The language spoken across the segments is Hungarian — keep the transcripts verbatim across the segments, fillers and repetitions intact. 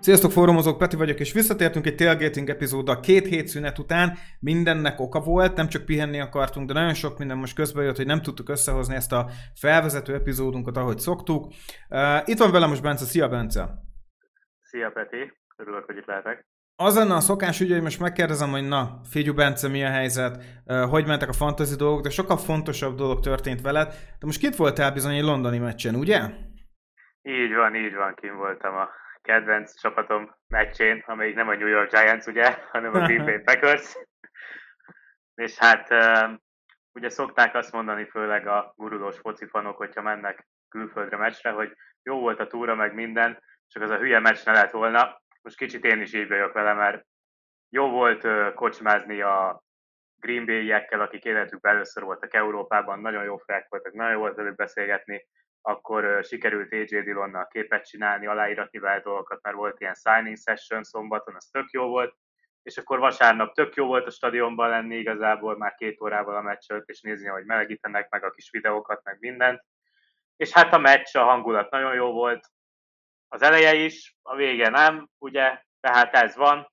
Sziasztok, fórumozók, Peti vagyok, és visszatértünk egy tailgating epizóddal két hét szünet után. Mindennek oka volt, nem csak pihenni akartunk, de nagyon sok minden most közben jött, hogy nem tudtuk összehozni ezt a felvezető epizódunkat, ahogy szoktuk. Uh, itt van velem most Bence. Szia, Bence! Szia, Peti! Örülök, hogy itt lehetek. Az lenne a szokás ügy, hogy most megkérdezem, hogy na, figyelj, Bence, mi a helyzet, uh, hogy mentek a fantasy dolgok, de sokkal fontosabb dolog történt veled. De most kit voltál bizony egy londoni meccsen, ugye? Így van, így van, kim voltam a kedvenc csapatom meccsén, amelyik nem a New York Giants, ugye, hanem a Green Bay Packers. És hát ugye szokták azt mondani, főleg a gurulós focifanok, hogyha mennek külföldre meccsre, hogy jó volt a túra, meg minden, csak az a hülye meccs ne lett volna. Most kicsit én is így vagyok vele, mert jó volt kocsmázni a Green Bay-iekkel, akik életükben először voltak Európában, nagyon jó fejek voltak, nagyon jó volt velük beszélgetni. Akkor uh, sikerült á jé Dillonnal képet csinálni, aláíratni vele dolgokat, mert volt ilyen signing session szombaton, az tök jó volt, és akkor vasárnap tök jó volt a stadionban lenni igazából, már két órával a meccs előtt, és nézni, hogy melegítenek, meg a kis videókat, meg mindent. És hát a meccs, a hangulat nagyon jó volt, az eleje is, a vége nem, ugye, tehát ez van.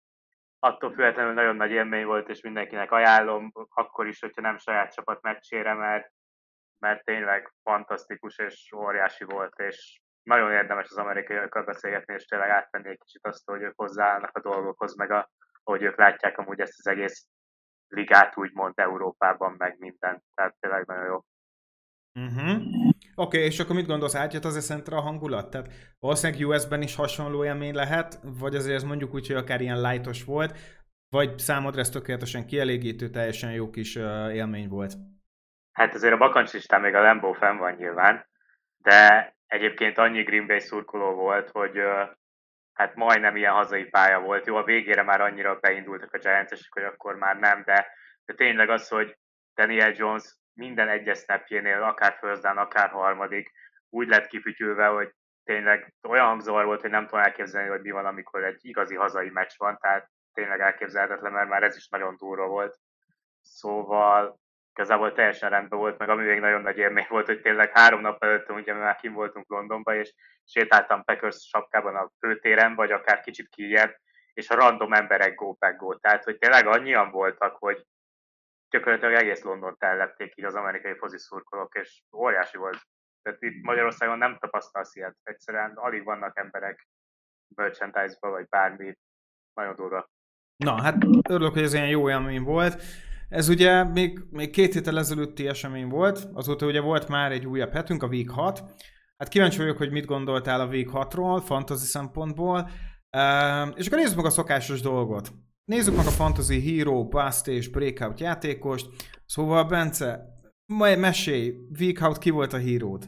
Attól függetlenül nagyon nagy élmény volt, és mindenkinek ajánlom, akkor is, hogyha nem saját csapat meccsére, mert mert tényleg fantasztikus és óriási volt, és nagyon érdemes az amerikaiakkal beszélgetni, és tényleg átvenni egy kicsit azt, hogy ők hozzáállnak a dolgokhoz, meg a, ahogy ők látják amúgy ezt az egész ligát, úgymond Európában, meg mindent. Tehát tényleg nagyon jó. Uh-huh. Oké, okay, és akkor mit gondolsz, átjött az eszentre a hangulat? Tehát valószínűleg u es-ben is hasonló élmény lehet, vagy azért ez mondjuk úgy, hogy akár ilyen lightos volt, vagy számodra ez tökéletesen kielégítő, teljesen jó kis uh, élmény volt? Hát azért a bakancslistán még a Lambeau fenn van nyilván, de egyébként annyi Green Bay szurkoló volt, hogy uh, hát majdnem ilyen hazai pálya volt. Jó, a végére már annyira beindultak a Giants-esek, hogy akkor már nem, de, de tényleg az, hogy Daniel Jones minden egyes snapjénél, akár first down, akár harmadik, úgy lett kifütyülve, hogy tényleg olyan hangzavar volt, hogy nem tudom elképzelni, hogy mi van, amikor egy igazi hazai meccs van, tehát tényleg elképzelhetetlen, mert már ez is nagyon durva volt. Szóval igazából teljesen rendben volt, meg ami még nagyon nagy élmény volt, hogy tényleg három nap előtt, ugye már kim voltunk Londonba, és sétáltam Packers sapkában a főtéren, vagy akár kicsit kijebb, és a random emberek go pack go. Tehát, hogy tényleg annyian voltak, hogy gyakorlatilag egész Londont ellepték így az amerikai foci szurkolók, és óriási volt. Tehát itt Magyarországon nem tapasztalsz ilyet. Egyszerűen alig vannak emberek merchandise-ba, vagy bármi. Nagyon durva. Na, hát örülök, hogy ez ilyen jó élmény volt. Ez ugye még, még két héttel ezelőtti esemény volt, azóta ugye volt már egy újabb hetünk, a Week hat. Hát kíváncsi vagyok, hogy mit gondoltál a Week hatról, fantasy szempontból. Uh, és akkor nézzük meg a szokásos dolgot. Nézzük meg a Fantasy Hero, Bust és Breakout játékost. Szóval, Bence, majd mesélj, Week hat ki volt a híród?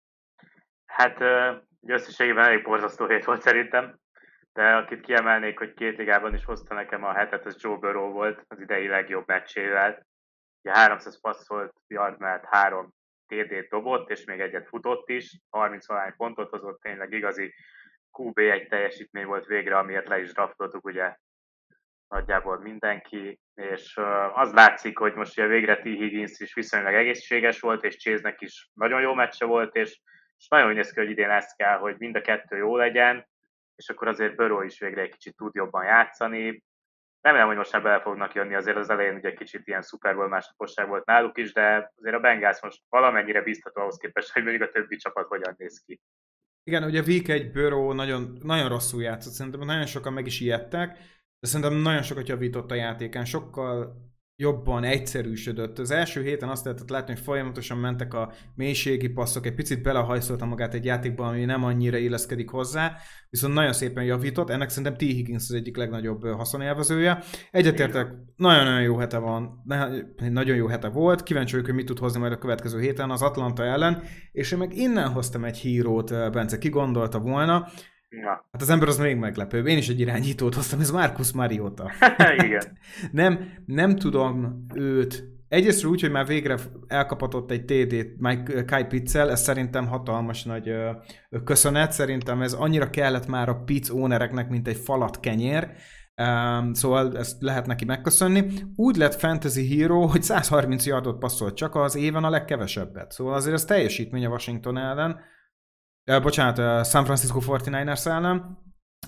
Hát összességében elég borzasztó hét volt szerintem. De akit kiemelnék, hogy két ligában is hozta nekem a hetet, az Joe Burrow volt az idei legjobb meccsével. Ugye háromszáz passzolt yard mellett három té dét dobott, és még egyet futott is. harminc-valahány pontot hozott, tényleg igazi kú bé egy teljesítmény volt végre, amiért le is draftoltuk ugye nagyjából mindenki. És az látszik, hogy most ugye végre T. Higgins is viszonylag egészséges volt, és Chase-nek is nagyon jó meccse volt, és, és nagyon néz ki, hogy idén ezt kell, hogy mind a kettő jó legyen, és akkor azért Burrow is végre egy kicsit tud jobban játszani. Remélem, hogy most már bele fognak jönni, azért az elején ugye kicsit ilyen Super Bowl másnaposság volt náluk is, de azért a Bengals most valamennyire biztató ahhoz képest, hogy mondjuk a többi csapat hogyan néz ki. Igen, ugye Week egy Burrow nagyon, nagyon rosszul játszott, szerintem nagyon sokan meg is ijedtek, de szerintem nagyon sokat javított a játékán, sokkal jobban egyszerűsödött. Az első héten azt lehetett látni, hogy folyamatosan mentek a mélységi passzok, egy picit belehajszolta magát egy játékba, ami nem annyira illeszkedik hozzá, viszont nagyon szépen javított, ennek szerintem T. Higgins az egyik legnagyobb haszonélvezője. Egyetértek, nagyon-nagyon jó hete van, nagyon jó hete volt, kíváncsi vagyok, hogy mit tud hozni majd a következő héten az Atlanta ellen, és én meg innen hoztam egy hírót, Bence, ki gondolta volna. Ja. Hát az ember az még meglepőbb. Én is egy irányítót hoztam, ez Marcus Mariota. Igen. nem, nem tudom őt. Egyrészt úgy, hogy már végre elkapatott egy té dét Mike Kyle Pitts-el, ez szerintem hatalmas nagy ö, köszönet. Szerintem ez annyira kellett már a Pitts ownereknek, mint egy falat kenyér. Um, szóval ezt lehet neki megköszönni. Úgy lett Fantasy Hero, hogy száz harminc yardot passzolt, csak az éven a legkevesebbet. Szóval azért ez teljesítmény a Washington ellen. Uh, bocsánat, uh, San Francisco negyvenkilencesek ellen.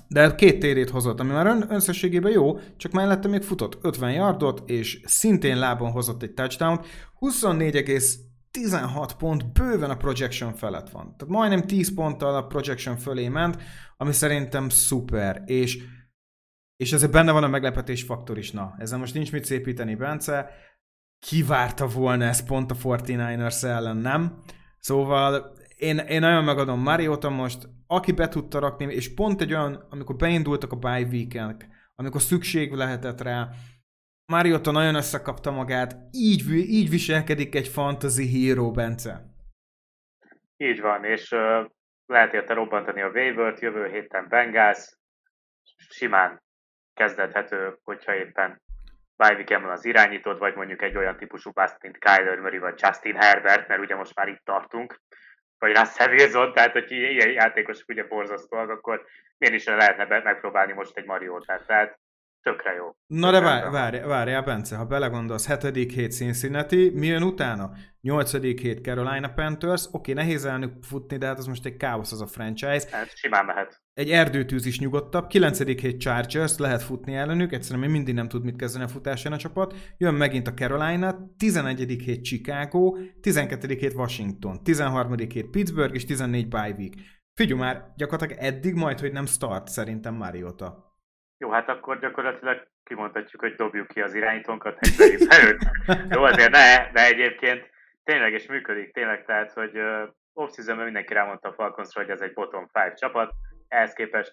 De két térét hozott, ami már ön, összességében jó, csak mellette még futott ötven yardot, és szintén lábon hozott egy touchdown-t. huszonnégy egész tizenhat pont bőven a projection felett van. Tehát majdnem tíz ponttal a projection fölé ment, ami szerintem szuper, és, és ezért benne van a meglepetés faktor is. Na, ezzel most nincs mit szépíteni, Bence. Kivárta volna ezt pont a negyvenkilencesek ellen, nem? Szóval én, én nagyon megadom Mariota most, aki be tudta rakni, és pont egy olyan, amikor beindultak a bye weekendek, amikor szükség lehetett rá, Mariota nagyon összekapta magát, így, így viselkedik egy fantasy hero, Bence. Így van, és uh, lehet érte robbantani a waivert, jövő héten Bengals, simán kezdethető, hogyha éppen bye weekend van az irányítód, vagy mondjuk egy olyan típusú bust, mint Kyler Murray, vagy Justin Herbert, mert ugye most már itt tartunk, vagy Russell Wilson, tehát hogy ilyen játékosok ugye borzasztóak, akkor miért is lehetne megpróbálni most egy Mariotát, tehát tökre jó. Na de várj, várj, várjál, Bence, ha belegondolsz, hetedik hét Cincinnati, mi jön utána? nyolcadik hét Carolina Panthers, oké, nehéz elnök futni, de hát az most egy káosz az a franchise. Hát simán mehet. Egy erdőtűz is nyugodtabb, kilencedik hét Chargers, lehet futni ellenük, egyszerűen még mindig nem tud mit kezdeni a futásán a csapat. Jön megint a Carolina, tizenegyedik hét Chicago, tizenkettedik hét Washington, tizenharmadik hét Pittsburgh és tizennégy bye week. Figyelj már, gyakorlatilag eddig majd, hogy nem start szerintem Mariota. Jó, hát akkor gyakorlatilag kimondhatjuk, hogy dobjuk ki az irányítónkat egy előtt. Jó, azért ne, de egyébként tényleg is működik, tényleg, tehát, hogy uh, off-seasonben mindenki rámondta a Falconsra, hogy ez egy bottom five csapat, ehhez képest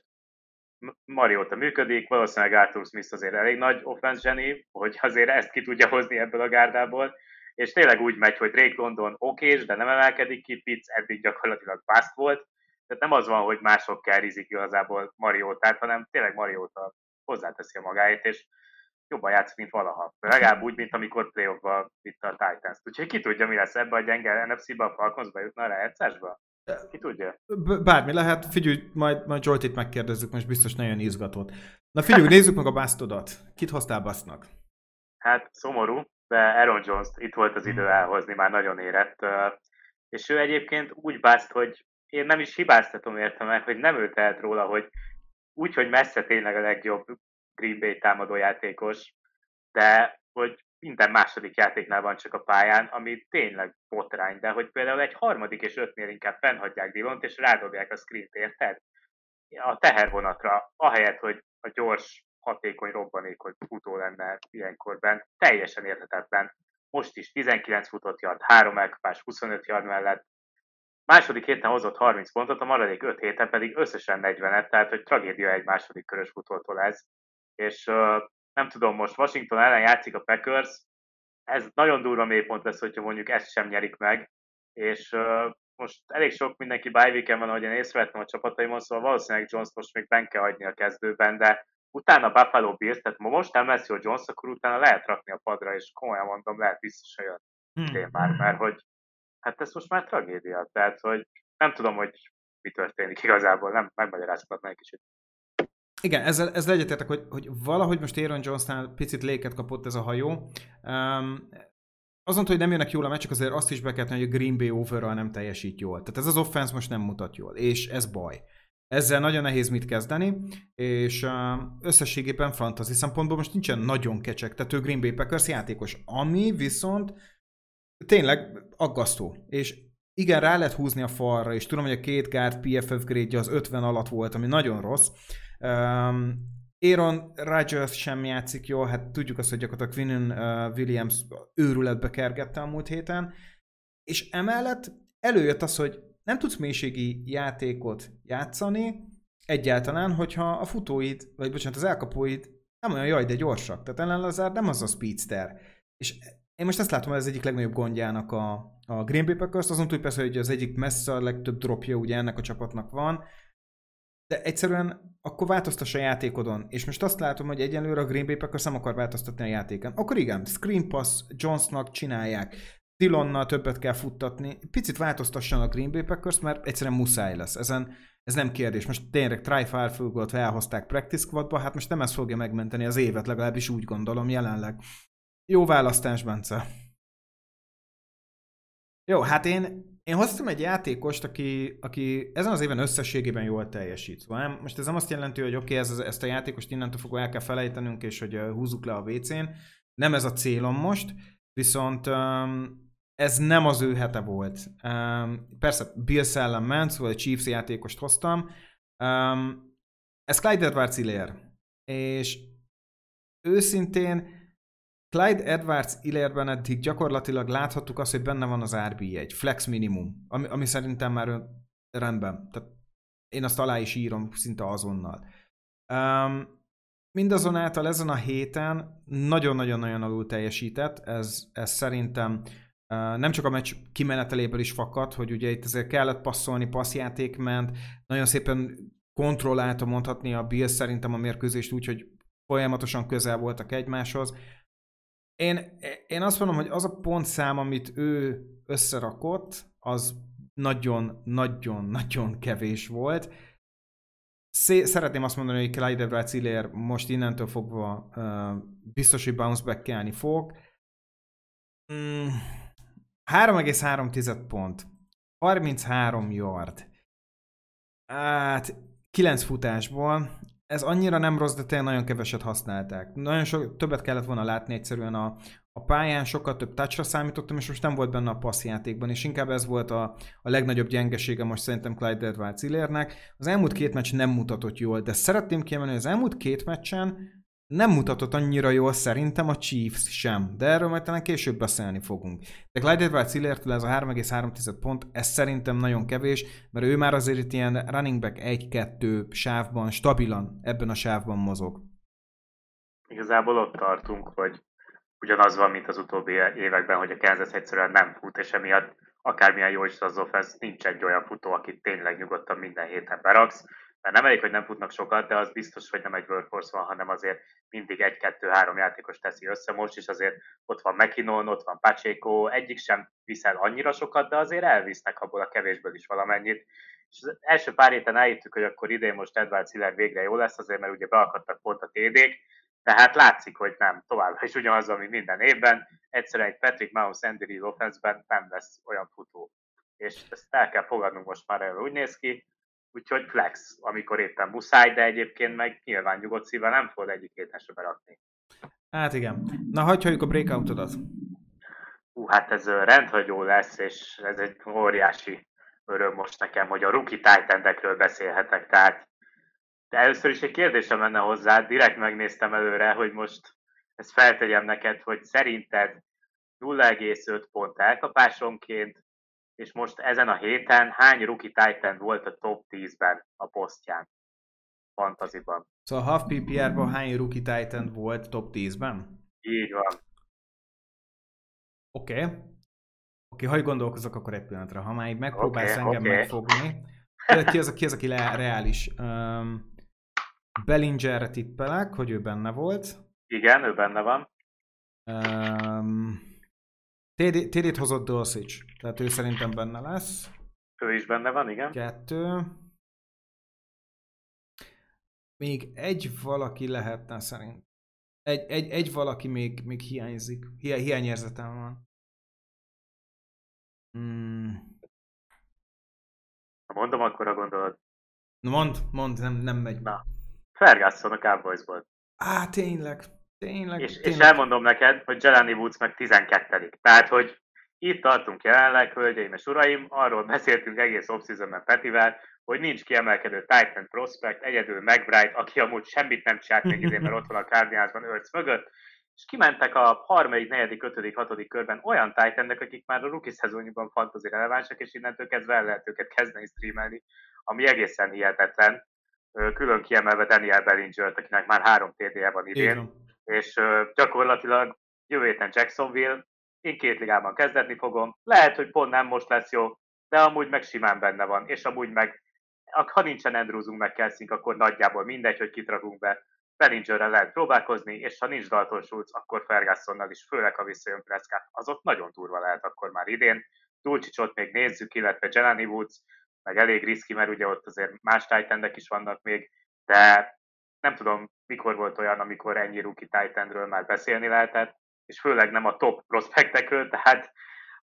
Mariota működik, valószínűleg Arthur Smith azért elég nagy offense zseni, hogy azért ezt ki tudja hozni ebből a gárdából, és tényleg úgy megy, hogy Drake London okés, de nem emelkedik ki, Pitts eddig gyakorlatilag bust volt, tehát nem az van, hogy mások kell rizik igazából Mariotát, hanem tényleg Mariota hozzáteszi a magáét, és jobban játszik, mint valaha. Legalább úgy, mint amikor playoffba vitte a Titans. Úgyhogy ki tudja, mi lesz ebbe a gyenge en ef cé-be, a Falconsba jutna a rájátszásba? Ki tudja? Bármi lehet, figyelj, majd, majd Zsoltit megkérdezzük, most biztos nagyon izgatott. Na figyelj, nézzük meg a basztodat. Kit hoztál basznak? Hát szomorú, de Aaron Jones itt volt az idő elhozni, már nagyon érett. És ő egyébként úgy bászt, hogy én nem is hibáztatom érte meg, hogy nem ő tehet róla, hogy úgy, hogy messze tényleg a legjobb Green Bay támadójátékos, de hogy minden második játéknál van csak a pályán, ami tényleg botrány, de hogy például egy harmadik és ötnél inkább fennhagyják Dillont, és rádobják a screent, érted? A tehervonatra, ahelyett, hogy a gyors, hatékony, robbanékony futó lenne ilyenkorban, teljesen érthetetlen. Most is tizenkilenc futott yard, három elkapás, huszonöt yard mellett. Második héten hozott harminc pontot, a maradék öt héten pedig összesen negyvenet, tehát hogy tragédia egy második körös futótól ez. És uh, nem tudom, most Washington ellen játszik a Packers, ez nagyon durva mélypont lesz, hogyha mondjuk ezt sem nyerik meg, és uh, most elég sok mindenki bye weekend van, ahogy én észrevettem a csapataimon, szóval valószínűleg Jones most még benn kell hagyni a kezdőben, de utána Buffalo Bills, tehát ma most nem lesz jó Jones, akkor utána lehet rakni a padra, és komolyan mondom, lehet vissza se jön. Hmm. Már, mert hogy hát ez most már tragédia, tehát hogy nem tudom, hogy mi történik igazából, nem megmagyarázhatnak egy kicsit. Igen, ezzel, ezzel egyetértek, hogy, hogy valahogy most Aaron Jonesnál picit léket kapott ez a hajó. Um, azon, hogy nem jönnek jól a meccsek, azért azt is be kell tenni, hogy a Green Bay overall nem teljesít jól. Tehát ez az offense most nem mutat jól, és ez baj. Ezzel nagyon nehéz mit kezdeni, és uh, összességében fantasy szempontból most nincsen nagyon kecsegtető Green Bay Packers játékos, ami viszont tényleg aggasztó. És igen, rá lehet húzni a falra, és tudom, hogy a két guard pé ef ef grade-je az ötven alatt volt, ami nagyon rossz. Um, Aaron Rodgers sem játszik jól, hát tudjuk azt, hogy gyakorlatilag Quinnen uh, Williams őrületbe kergette a múlt héten, és emellett előjött az, hogy nem tudsz mélységi játékot játszani egyáltalán, hogyha a futóid, vagy bocsánat, az elkapóid nem olyan jaj, de gyorsak. Tehát Allen Lazard nem az a speedster. És én most ezt látom, hogy ez egyik legnagyobb gondjának a, a Green Bay Packers, azon túl persze, hogy az egyik messze a legtöbb dropja ugye ennek a csapatnak van, de egyszerűen akkor változtassa a játékodon. És most azt látom, hogy egyelőre a Green Bay Packers nem akar változtatni a játékon. Akkor igen, screen pass Jonesnak csinálják, Dillonnal többet kell futtatni, picit változtasson a Green Bay Packers, mert egyszerűen muszáj lesz. Ezen, ez nem kérdés. Most tényleg Tri-Firefield-ot elhozták practice squadba, hát most nem ez fogja megmenteni az évet, legalábbis úgy gondolom jelenleg. Jó választás, Bence. Jó, hát én, Én hoztam egy játékost, aki, aki ezen az éven összességében jól teljesít. Szóval nem, most ez nem azt jelenti, hogy oké, okay, ez, ezt a játékost innentől fogva el kell felejtenünk, és hogy uh, húzzuk le a vécén. Nem ez a célom most, viszont um, ez nem az ő hete volt. Um, persze Bills ellen ment, szóval egy Chiefs játékost hoztam. Um, ez Clyde Edwards-Helaire. És őszintén Clyde Edwards-Hilaireben eddig gyakorlatilag láthattuk azt, hogy benne van az er bé egy, flex minimum, ami, ami szerintem már rendben. Tehát én azt alá is írom szinte azonnal. Um, mindazonáltal ezen a héten nagyon-nagyon-nagyon alul teljesített, ez, ez szerintem uh, nem csak a meccs kimeneteléből is fakad, hogy ugye itt azért kellett passzolni, passzjáték ment, nagyon szépen kontrollálta mondhatni a Bills szerintem a mérkőzést úgy, hogy folyamatosan közel voltak egymáshoz. Én, én azt mondom, hogy az a pontszám, amit ő összerakott, az nagyon-nagyon-nagyon kevés volt. Szé- szeretném azt mondani, hogy Clyde Edwards-Helaire most innentől fogva uh, biztos, hogy bounce back-kelni fog. Mm, három egész három pont. harminchárom yard. Hát kilenc futásból. Ez annyira nem rossz, de tényleg nagyon keveset használták. Nagyon sok, többet kellett volna látni egyszerűen a, a pályán, sokkal több touchra számítottam, és most nem volt benne a passzjátékban, és inkább ez volt a, a legnagyobb gyengesége most szerintem Clyde Edwards-Hilairenek. Az elmúlt két meccs nem mutatott jól, de szeretném kiemelni, hogy az elmúlt két meccsen nem mutatott annyira jól szerintem a Chiefs sem, de erről majd talán később beszélni fogunk. De Clyde Edwards-Hilairetől ez a három egész három pont, ez szerintem nagyon kevés, mert ő már azért itt ilyen running back egy-kettő sávban, stabilan ebben a sávban mozog. Igazából ott tartunk, hogy ugyanaz van, mint az utóbbi években, hogy a Kansas egyszerűen nem fut, és emiatt akármilyen jó is az offense, nincs egy olyan futó, akit tényleg nyugodtan minden héten beraksz. Mert nem elég, hogy nem futnak sokat, de az biztos, hogy nem egy workhorse van, hanem azért mindig egy-kettő-három játékos teszi össze most, és azért ott van McKinnon, ott van Pacheco, egyik sem viszel annyira sokat, de azért elvisznek abból a kevésből is valamennyit. És az első pár héten elhittük, hogy akkor idén most Edwards-Helaire végre jó lesz, azért mert ugye beakadtak pont a té dék, tehát látszik, hogy nem, továbbra is ugyanaz, mint minden évben, egyszerűen egy Patrick Mahomes Andy Reid offense-ben nem lesz olyan futó. És ezt el kell fogadnunk most már, el úgy néz ki, úgyhogy flex, amikor éppen muszáj, de egyébként meg nyilván nyugodt szívvel nem fogod egyik héten se berakni. Hát igen. Na, hagyjuk a breakoutodat. Hú, hát ez rendhagyó lesz, és ez egy óriási öröm most nekem, hogy a rookie tight endekről beszélhetek, tehát de először is egy kérdésem lenne hozzá, direkt megnéztem előre, hogy most ezt feltegyem neked, hogy szerinted nulla egész öt pont elkapásonként, és most ezen a héten hány rookie tight end volt a top tízben a posztján, fantaziban? Szóval half pé pé er-ban hány rookie tight end volt top tízben? Így van. Oké. Okay. Oké, okay, hagyj gondolkozok akkor egy pillanatra. Ha már így megpróbálsz okay, engem okay. megfogni. Ki az, ki az, aki le, reális? Um, Bellingerre tippelek, hogy ő benne volt. Igen, ő benne van. Um, té dét hozott Dulcich, tehát ő szerintem benne lesz. Ő is benne van, igen. Kettő. Még egy valaki lehetne szerint. Egy, egy, egy valaki még, még hiányzik. Hi hiányérzetem van. Hmm. Ha mondom, akkor a gondolod. Na mondd, mondd, nem, nem megy. Na, Ferguson a Cowboysból. Á, tényleg. Tényleg, és, tényleg. és elmondom neked, hogy Jelani Woods meg tizenkettedik. Tehát, hogy itt tartunk jelenleg, hölgyeim és uraim, arról beszéltünk egész off-seasonben Petivel, hogy nincs kiemelkedő Titan prospect, egyedül McBride, aki amúgy semmit nem csinált még idén, mert ott van a Cardinalsban Ertz mögött, és kimentek a harmadik, negyedik, ötödik, hatodik körben olyan Titanek, akik már a rookie szezonjukban fantasy relevánsak, és innentől kezdve el lehet őket kezdeni streamelni, ami egészen hihetetlen. Külön kiemelve Daniel Bellinger-t, akinek már három té dé-je van idén, és gyakorlatilag jövő héten Jacksonville, én két ligában kezdetni fogom, lehet, hogy pont nem most lesz jó, de amúgy meg simán benne van, és amúgy meg, ha nincsen Andrewsunk meg Kelsink, akkor nagyjából mindegy, hogy kit rakunk be, Bellingerrel lehet próbálkozni, és ha nincs Dalton Schultz, akkor Fergusonnal is, főleg ha visszajön Prescott, az ott nagyon durva lehet akkor már idén. Dulcichot még nézzük, illetve Jelani Woods, meg elég riszki, mert ugye ott azért más tight is vannak még, de nem tudom, mikor volt olyan, amikor ennyi rookie tight endről már beszélni lehetett, és főleg nem a top prospektekről, tehát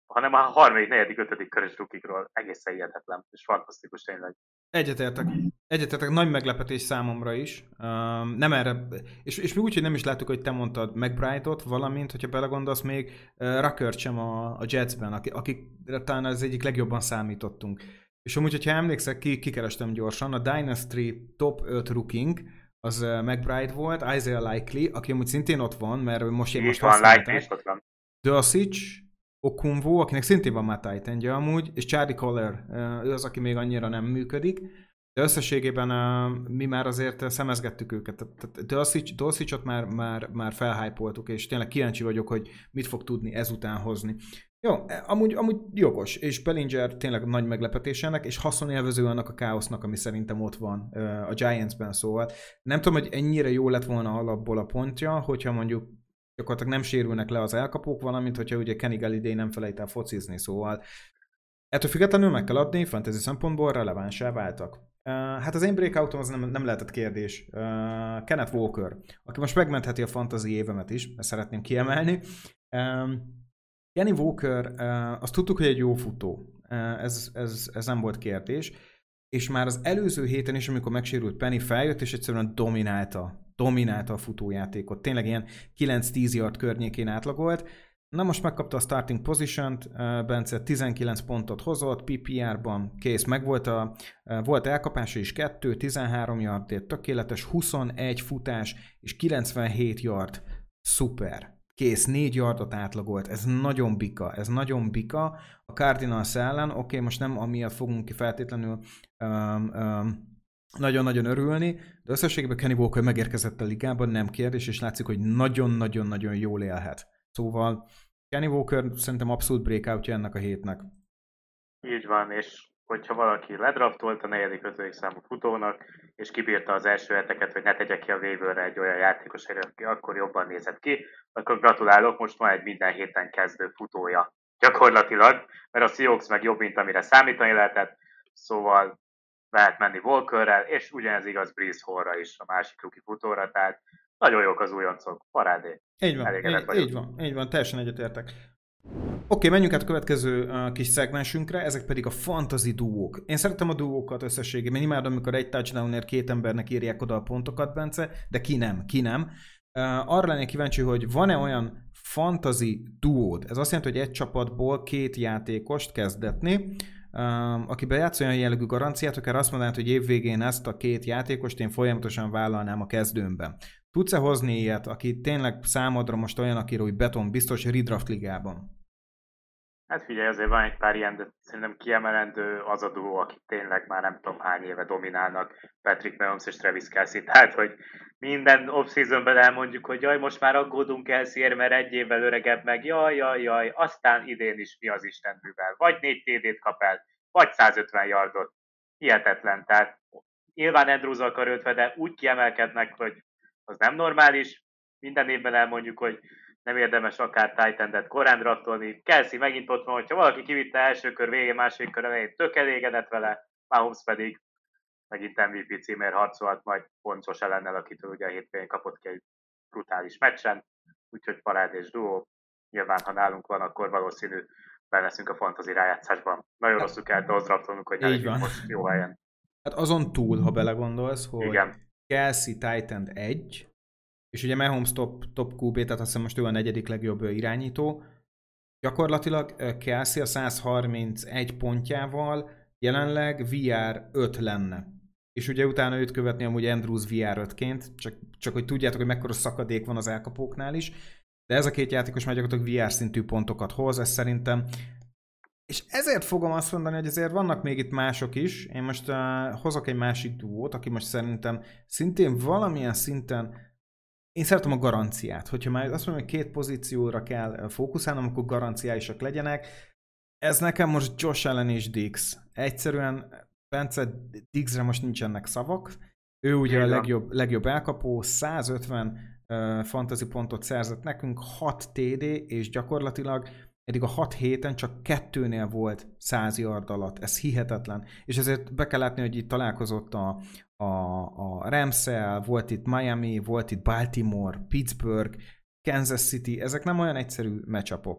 hanem a harmadik, negyedik, ötödik körös rukikról. Egészen hihetetlen, és fantasztikus tényleg. Egyetértek. Egyetértek, nagy meglepetés számomra is. Um, nem erre, és, és mi úgy, hogy nem is láttuk, hogy te mondtad McBride-ot, valamint, hogyha belegondolsz még uh, Ruckert sem a, a Jetsben, akik, akikre talán az egyik legjobban számítottunk. És amúgy, hogyha emlékszek, ki, kikerestem gyorsan, a Dynasty top öt rooking, az uh, McBride volt, Isaiah Likely, aki amúgy szintén ott van, mert most én most használták. Dulcich, Okunvo, akinek szintén van már Titan-je amúgy, és Charlie Collar, ő az, aki még annyira nem működik, de összességében uh, mi már azért szemezgettük őket. Dulcichot már, már, már felhypoltuk, és tényleg kíváncsi vagyok, hogy mit fog tudni ezután hozni. Jó, amúgy, amúgy jogos, és Bellinger tényleg nagy meglepetés ennek, és haszonélvező annak a káosznak, ami szerintem ott van uh, a Giantsben, szóval. Nem tudom, hogy ennyire jó lett volna alapból a pontja, hogyha mondjuk gyakorlatilag nem sérülnek le az elkapók, valamint hogyha ugye Kenny Galladay nem felejt el focizni, szóval ettől függetlenül meg kell adni, fantasy szempontból relevánsá váltak. Uh, hát az én breakoutom az nem, nem lehetett kérdés. Uh, Kenneth Walker, aki most megmentheti a fantasy évemet is, ezt szeretném kiemelni. Um, Kenny Walker, uh, azt tudtuk, hogy egy jó futó. Uh, ez, ez, ez nem volt kérdés. És már az előző héten is, amikor megsérült Penny, feljött, és egyszerűen dominálta, dominálta a futójátékot. Tényleg ilyen kilenc-tíz yard környékén átlagolt. Na most megkapta a starting position-t, Bence tizenkilenc pontot hozott, pé pé er-ban kész, meg volt, a, volt elkapása is kettő, tizenhárom yardért, tökéletes, huszonegy futás és kilencvenhét yard. Szuper. Kész, négy yardot átlagolt, ez nagyon bika, ez nagyon bika a Cardinals ellen, oké, okay, most nem amiatt fogunk ki feltétlenül um, um, nagyon-nagyon örülni, de összességében Kenny Walker megérkezett a ligában, nem kérdés, és látszik, hogy nagyon-nagyon-nagyon jól élhet. Szóval Kenny Walker szerintem abszolút breakoutja ennek a hétnek. Így van, és hogyha valaki ledraftolt a negyedik, ötödik számú futónak, és kibírta az első heteket, hogy ne tegye ki a waiverre egy olyan játékos, aki akkor jobban nézett ki, akkor gratulálok, most van egy minden héten kezdő futója. Gyakorlatilag, mert a Seahawks meg jobb, mint amire számítani lehetett, szóval lehet menni Walkerrel, és ugyanez igaz Breece Hallra is, a másik rookie futóra, tehát nagyon jók az újoncok, parádé. Így van, így, így van, így van, teljesen egyetértek. Oké, okay, menjünk át a következő uh, kis szegmensünkre, ezek pedig a fantasy duók. Én szeretem a duókat összességében, én imádom, amikor egy touchdownért két embernek írják oda a pontokat, Bence, de ki nem, ki nem. Uh, arra lennék kíváncsi, hogy van-e olyan fantasy duód, ez azt jelenti, hogy egy csapatból két játékost kezdetni, um, aki bejátsz olyan jellegű garanciát, akár azt mondanád, hogy évvégén ezt a két játékost én folyamatosan vállalnám a kezdőmben. Tudsz-e hozni ilyet, aki tényleg számodra most olyan, akiről beton biztos redraft ligában? Hát figyelj, azért van egy pár ilyen, de szerintem kiemelendő az a duó, akik tényleg már nem tudom hány éve dominálnak, Patrick Mahomes és Travis Kelce. Tehát, hogy minden off-seasonben elmondjuk, hogy jaj, most már aggódunk Kelceért, mert egy évvel öregebb meg, jaj, jaj, jaj, aztán idén is mi az Isten művel. Vagy négy té dét kap el, vagy százötven yardot. Hihetetlen. Tehát nyilván Andrews-zal karöltve, de úgy kiemelkednek, hogy az nem normális. Minden évben elmondjuk, hogy nem érdemes akár Titan-et korán draftolni. Kelce megint ott van, hogyha valaki kivitte első kör végén, második kör elején, tök elégedett vele, Mahomes pedig megint em vé pé címért harcolhat majd Pontos ellennel, akitől ugye a hétvégén kapott ki egy brutális meccsen, úgyhogy parádés duó. Nyilván, ha nálunk van, akkor valószínű benne leszünk a fantasy rájátszásban. Nagyon rosszul kellett ahhoz draftolnunk, hogy ne legyünk most jó helyen. Hát azon túl, ha belegondolsz, hogy igen. Kelce Titan egy, és ugye Mahomes top, top kú bé, tehát azt hiszem most ő a negyedik legjobb irányító. Gyakorlatilag Kelce a száz harmincegy pontjával jelenleg vé er öt lenne. És ugye utána őt követni amúgy Andrews vé er ötként, csak, csak hogy tudjátok, hogy mekkora szakadék van az elkapóknál is. De ez a két játékos már gyakorlatilag vé er szintű pontokat hoz, ez szerintem. És ezért fogom azt mondani, hogy azért vannak még itt mások is. Én most uh, hozok egy másik duót, aki most szerintem szintén valamilyen szinten. Én szeretem a garanciát. Hogyha már azt mondom, hogy két pozícióra kell fókuszálnom, akkor garanciáisak legyenek. Ez nekem most Josh Allen és Diggs. Egyszerűen Bence, Diggsre most nincsenek szavak. Ő ugye a legjobb, legjobb elkapó, százötven uh, fantasy pontot szerzett nekünk, hat té dé, és gyakorlatilag eddig a hat héten csak kettőnél volt száz yard alatt. Ez hihetetlen. És ezért be kell látni, hogy itt találkozott a, a, a Rams-el, volt itt Miami, volt itt Baltimore, Pittsburgh, Kansas City. Ezek nem olyan egyszerű matchupok.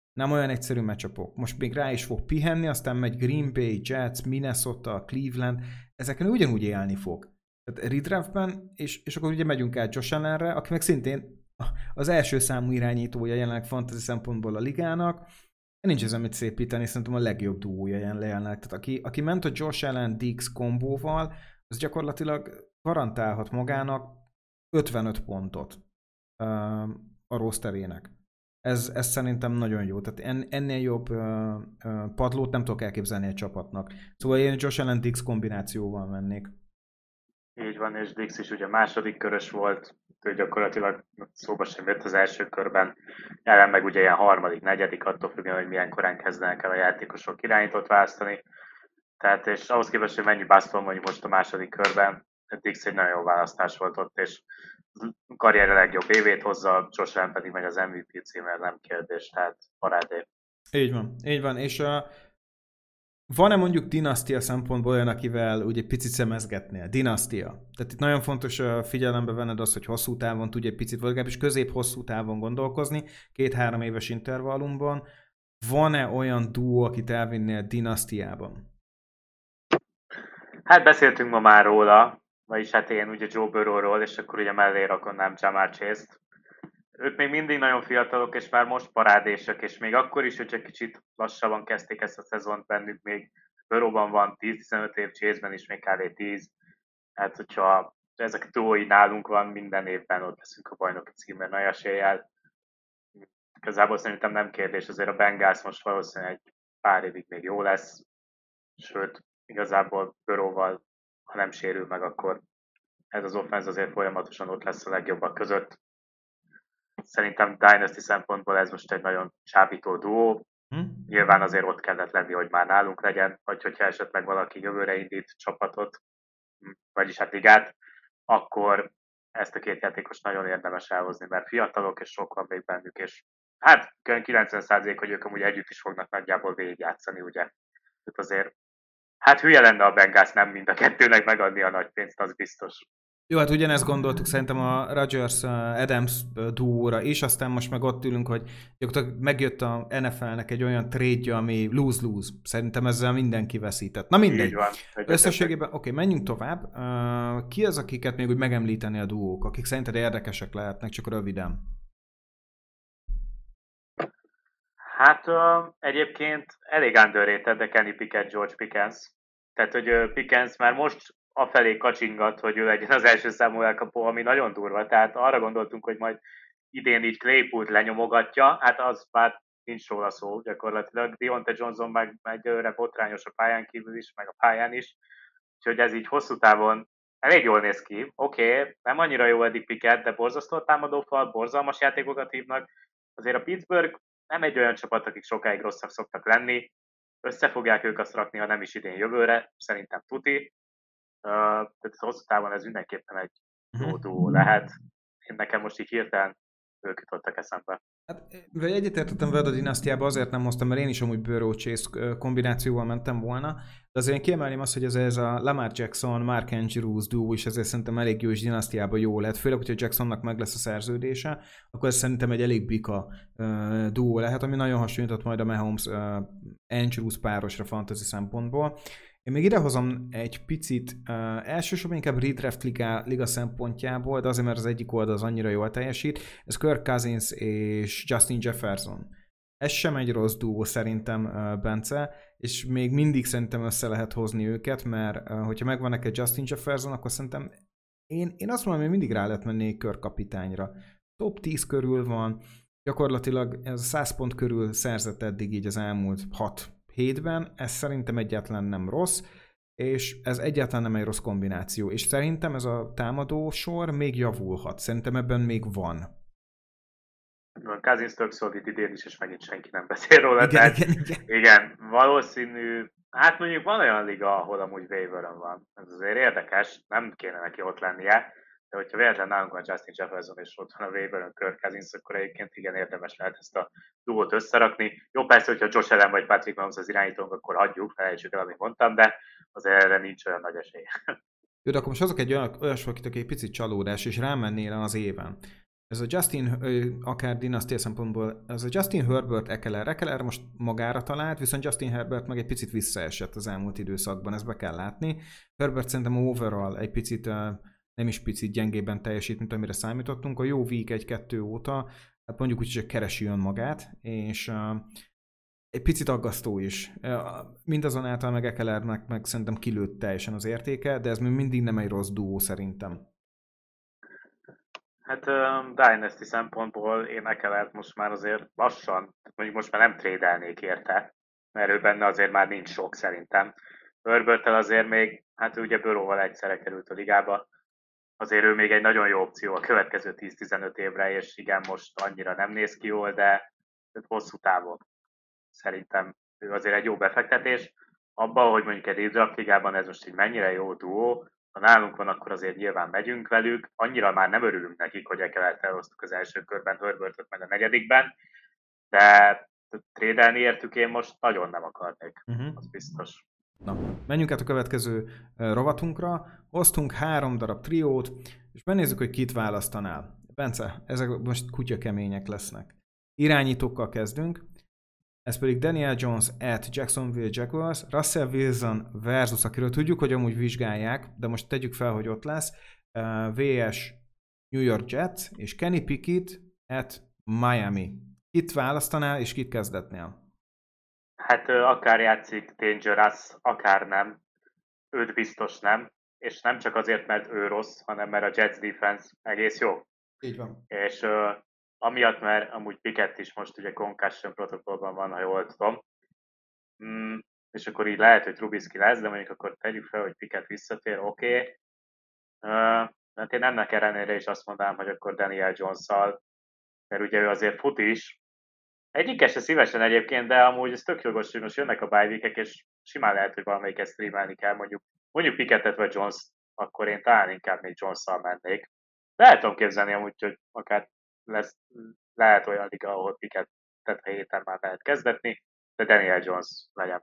Nem olyan egyszerű matchupok. Most még rá is fog pihenni, aztán megy Green Bay, Jets, Minnesota, Cleveland, ezeken ugyanúgy élni fog. Tehát redraftben, és, és akkor ugye megyünk át Josh Allenre, aki meg szintén az első számú irányítója jelenleg fantasy szempontból a ligának. Nincs ezen mit szépíteni, szerintem a legjobb duója jelenleg. Tehát aki, aki ment a Josh Allen Diggs kombóval, az gyakorlatilag garantálhat magának ötvenöt pontot uh, a rosterének. Ez, ez szerintem nagyon jó. Tehát en, ennél jobb uh, uh, padlót nem tudok elképzelni egy csapatnak. Szóval én Josh Allen Diggs kombinációval mennék. Így van, és Diggs is ugye második körös volt, ő gyakorlatilag szóba sem jött az első körben, ellen meg ugye ilyen harmadik, negyedik, attól függően, hogy milyen korán kezdenek el a játékosok irányítót választani. Tehát, és ahhoz képest, hogy mennyi baszton mondjuk most a második körben, Diggs egy nagyon jó választás volt ott, és karrierre legjobb évét hozza, Josh Allen pedig meg az em vé pé címért nem kérdés, tehát parádé. Így van, így van, és uh, van-e mondjuk dinasztia szempontból olyan, akivel ugye picit szemezgetnél? Dinasztia. Tehát itt nagyon fontos uh, figyelembe venned azt, hogy hosszú távon tudj egy picit, vagy legalábbis közép-hosszú távon gondolkozni, két-három éves intervallumban. Van-e olyan duó, akit elvinnél dinasztiában? Hát beszéltünk ma már róla, vagyis hát én ugye Joe Burrowról, és akkor ugye mellé rakonnám Ja'Marr Chase-t. Ők még mindig nagyon fiatalok, és már most parádések, és még akkor is, hogyha kicsit lassabban kezdték ezt a szezont, bennük még Burrowban van tíz-tizenöt év, Chase-ben is még kb. tíz. Hát, hogyha ezek a duói nálunk van, minden évben ott leszünk a bajnoki címben nagy eséllyel. Igazából szerintem nem kérdés, azért a Bengals most valószínűleg egy pár évig még jó lesz, sőt, igazából Burrowval, ha nem sérül meg, akkor ez az offense azért folyamatosan ott lesz a legjobbak között. Szerintem Dynasty szempontból ez most egy nagyon csábító duó. Hm? Nyilván azért ott kellett lenni, hogy már nálunk legyen, vagy hogyha esetleg valaki jövőre indít csapatot, vagyis hát ligát, akkor ezt a két játékos nagyon érdemes elhozni, mert fiatalok, és sok van még bennük, és hát kilencven százalék, hogy ők amúgy együtt is fognak nagyjából végigjátszani, ugye. Tehát azért, hát hülye lenne a Bengals nem mind a kettőnek megadni a nagy pénzt, az biztos. Jó, hát ugyanezt gondoltuk szerintem a Rodgers-Adams duóra is, aztán most meg ott ülünk, hogy megjött a en ef el-nek egy olyan trade-ja, ami lose-lose. Szerintem ezzel mindenki veszített. Na mindegy. Összességében, oké, okay, menjünk tovább. Uh, ki az, akiket még úgy megemlíteni a duók, akik szerinted érdekesek lehetnek, csak röviden? Hát uh, egyébként elég underrated, de Kenny Pickett, George Pickens. Tehát, hogy uh, Pickens már most afelé kacsingat, hogy ő legyen az első számú elkapó, ami nagyon durva. Tehát arra gondoltunk, hogy majd idén így Claypool-t lenyomogatja, hát az már nincs róla szó gyakorlatilag. Deontay Johnson meg egyőre botrányos a pályán kívül is, meg a pályán is. Úgyhogy ez így hosszú távon elég jól néz ki. Oké, okay, nem annyira jó eddig Pickett, de borzasztó a támadófal, borzalmas játékokat hívnak. Azért a Pittsburgh nem egy olyan csapat, akik sokáig rosszak szoktak lenni. Össze fogják ők azt rakni, ha nem is idén jövőre, szerintem tuti. Uh, tehát hosszú távon ez mindenképpen egy jó duó lehet. Én nekem most így hirtelen ők jutottak eszembe. Hát, egyetértettem veled a dinasztiába, azért nem hoztam, mert én is amúgy Burrow Chase kombinációval mentem volna, de azért én kiemelném azt, hogy ez, ez a Lamar Jackson, Mark Andrews duó is ezért szerintem elég jó, és dinasztiában jó lehet, főleg, hogyha Jacksonnak meg lesz a szerződése, akkor ez szerintem egy elég bika uh, duó lehet, ami nagyon hasonlított majd a Mahomes uh, Andrews párosra fantasy szempontból. Én még idehozom egy picit, uh, elsősorban inkább redraft liga, liga szempontjából, de azért, mert az egyik oldal az annyira jól teljesít, ez Kirk Cousins és Justin Jefferson. Ez sem egy rossz duó szerintem, uh, Bence, és még mindig szerintem össze lehet hozni őket, mert uh, hogyha megvan neked Justin Jefferson, akkor szerintem én, én azt mondom, hogy mindig rá lehet menni Kirk kapitányra. Top tíz körül van, gyakorlatilag ez a száz pont körül szerzett eddig így az elmúlt hat hétben, ez szerintem egyáltalán nem rossz, és ez egyáltalán nem egy rossz kombináció, és szerintem ez a támadó sor még javulhat, szerintem ebben még van. Cousins tök szolid idén is, és megint senki nem beszél róla, igen, tehát igen, igen. igen, valószínű, hát mondjuk van olyan liga, ahol amúgy waiveren van, ez azért érdekes, nem kéne neki ott lennie, de hogyha véletlen nálunk van Justin Jefferson és ott van a waiveren Kirk Cousins, akkor egyébként igen érdemes lehet ezt a duót összerakni. Jó, persze, hogyha Josh Allen vagy Patrick Mahomes az irányítónk, akkor hagyjuk, felejtsük el, amit mondtam, de azért erre nincs olyan nagy esély. Jó, de akkor most azok egy olyan, olyasok, akik egy picit csalódás, és rámennél az éven. ez a Justin, akár dinasztia szempontból, ez a Justin Herbert Ekeler. Ekeler most magára talált, viszont Justin Herbert meg egy picit visszaesett az elmúlt időszakban, ezt be kell látni. Herbert szerintem overall egy picit, nem is picit gyengében teljesít, mint amire számítottunk. A jó week egy-kettő óta, hát mondjuk úgy, hogy keresi önmagát, és egy picit aggasztó is. Mindazonáltal meg Ekelernek meg szerintem kilőtt teljesen az értéke, de ez még mindig nem egy rossz duó szerintem. Hát um, Dynasty szempontból én Ekelert most már azért lassan, mondjuk most már nem trédelnék érte, mert ő benne azért már nincs sok szerintem. Herberttel azért még, hát ő ugye Burrowval egyszerre került a ligába, azért ő még egy nagyon jó opció a következő tíz-tizenöt évre, és igen, most annyira nem néz ki jól, de hosszú távon szerintem ő azért egy jó befektetés. Abban, hogy mondjuk egy redraft ligában ez most egy mennyire jó duó, ha nálunk van, akkor azért nyilván megyünk velük. Annyira már nem örülünk nekik, hogy Ekelert elhoztuk az első körben, Herbertet meg a negyedikben, de trédelni értük én most nagyon nem akarnék, uh-huh. Az biztos. Na, menjünk át a következő rovatunkra. Hoztunk három darab triót, és megnézzük, hogy kit választanál. Bence, ezek most kutya kemények lesznek. Irányítókkal kezdünk. Ez pedig Daniel Jones at Jacksonville Jaguars, Russell Wilson versus, akiről tudjuk, hogy amúgy vizsgálják, de most tegyük fel, hogy ott lesz, uh, vé es New York Jets, és Kenny Pickett at Miami. Kit választanál, és kit kezdetnél? Hát akár játszik Dangerous, akár nem. Őt biztos nem. És nem csak azért, mert ő rossz, hanem mert a Jets defense egész jó. Így van. És uh, amiatt, mert amúgy Pickett is most ugye concussion protokollban van, ha jól tudom. Mm, és akkor így lehet, hogy Trubisky lesz, de mondjuk akkor tegyük fel, hogy Pickett visszatér, oké. Okay. Uh, hát én ennek ellenére is azt mondanám, hogy akkor Daniel Jones-szal, mert ugye ő azért fut is. Egyikkel se szívesen egyébként, de amúgy ez tök jogos, hogy most jönnek a bye week-ek, és simán lehet, hogy valamelyiket streamelni kell, mondjuk, mondjuk Pickettet vagy Jones, akkor én talán inkább még Jones-szal mennék. Lehet tudom képzelni amúgy, hogy akár lesz, lehet olyan liga, ahol Pickettet a héten már lehet kezdetni, de Daniel Jones legyen.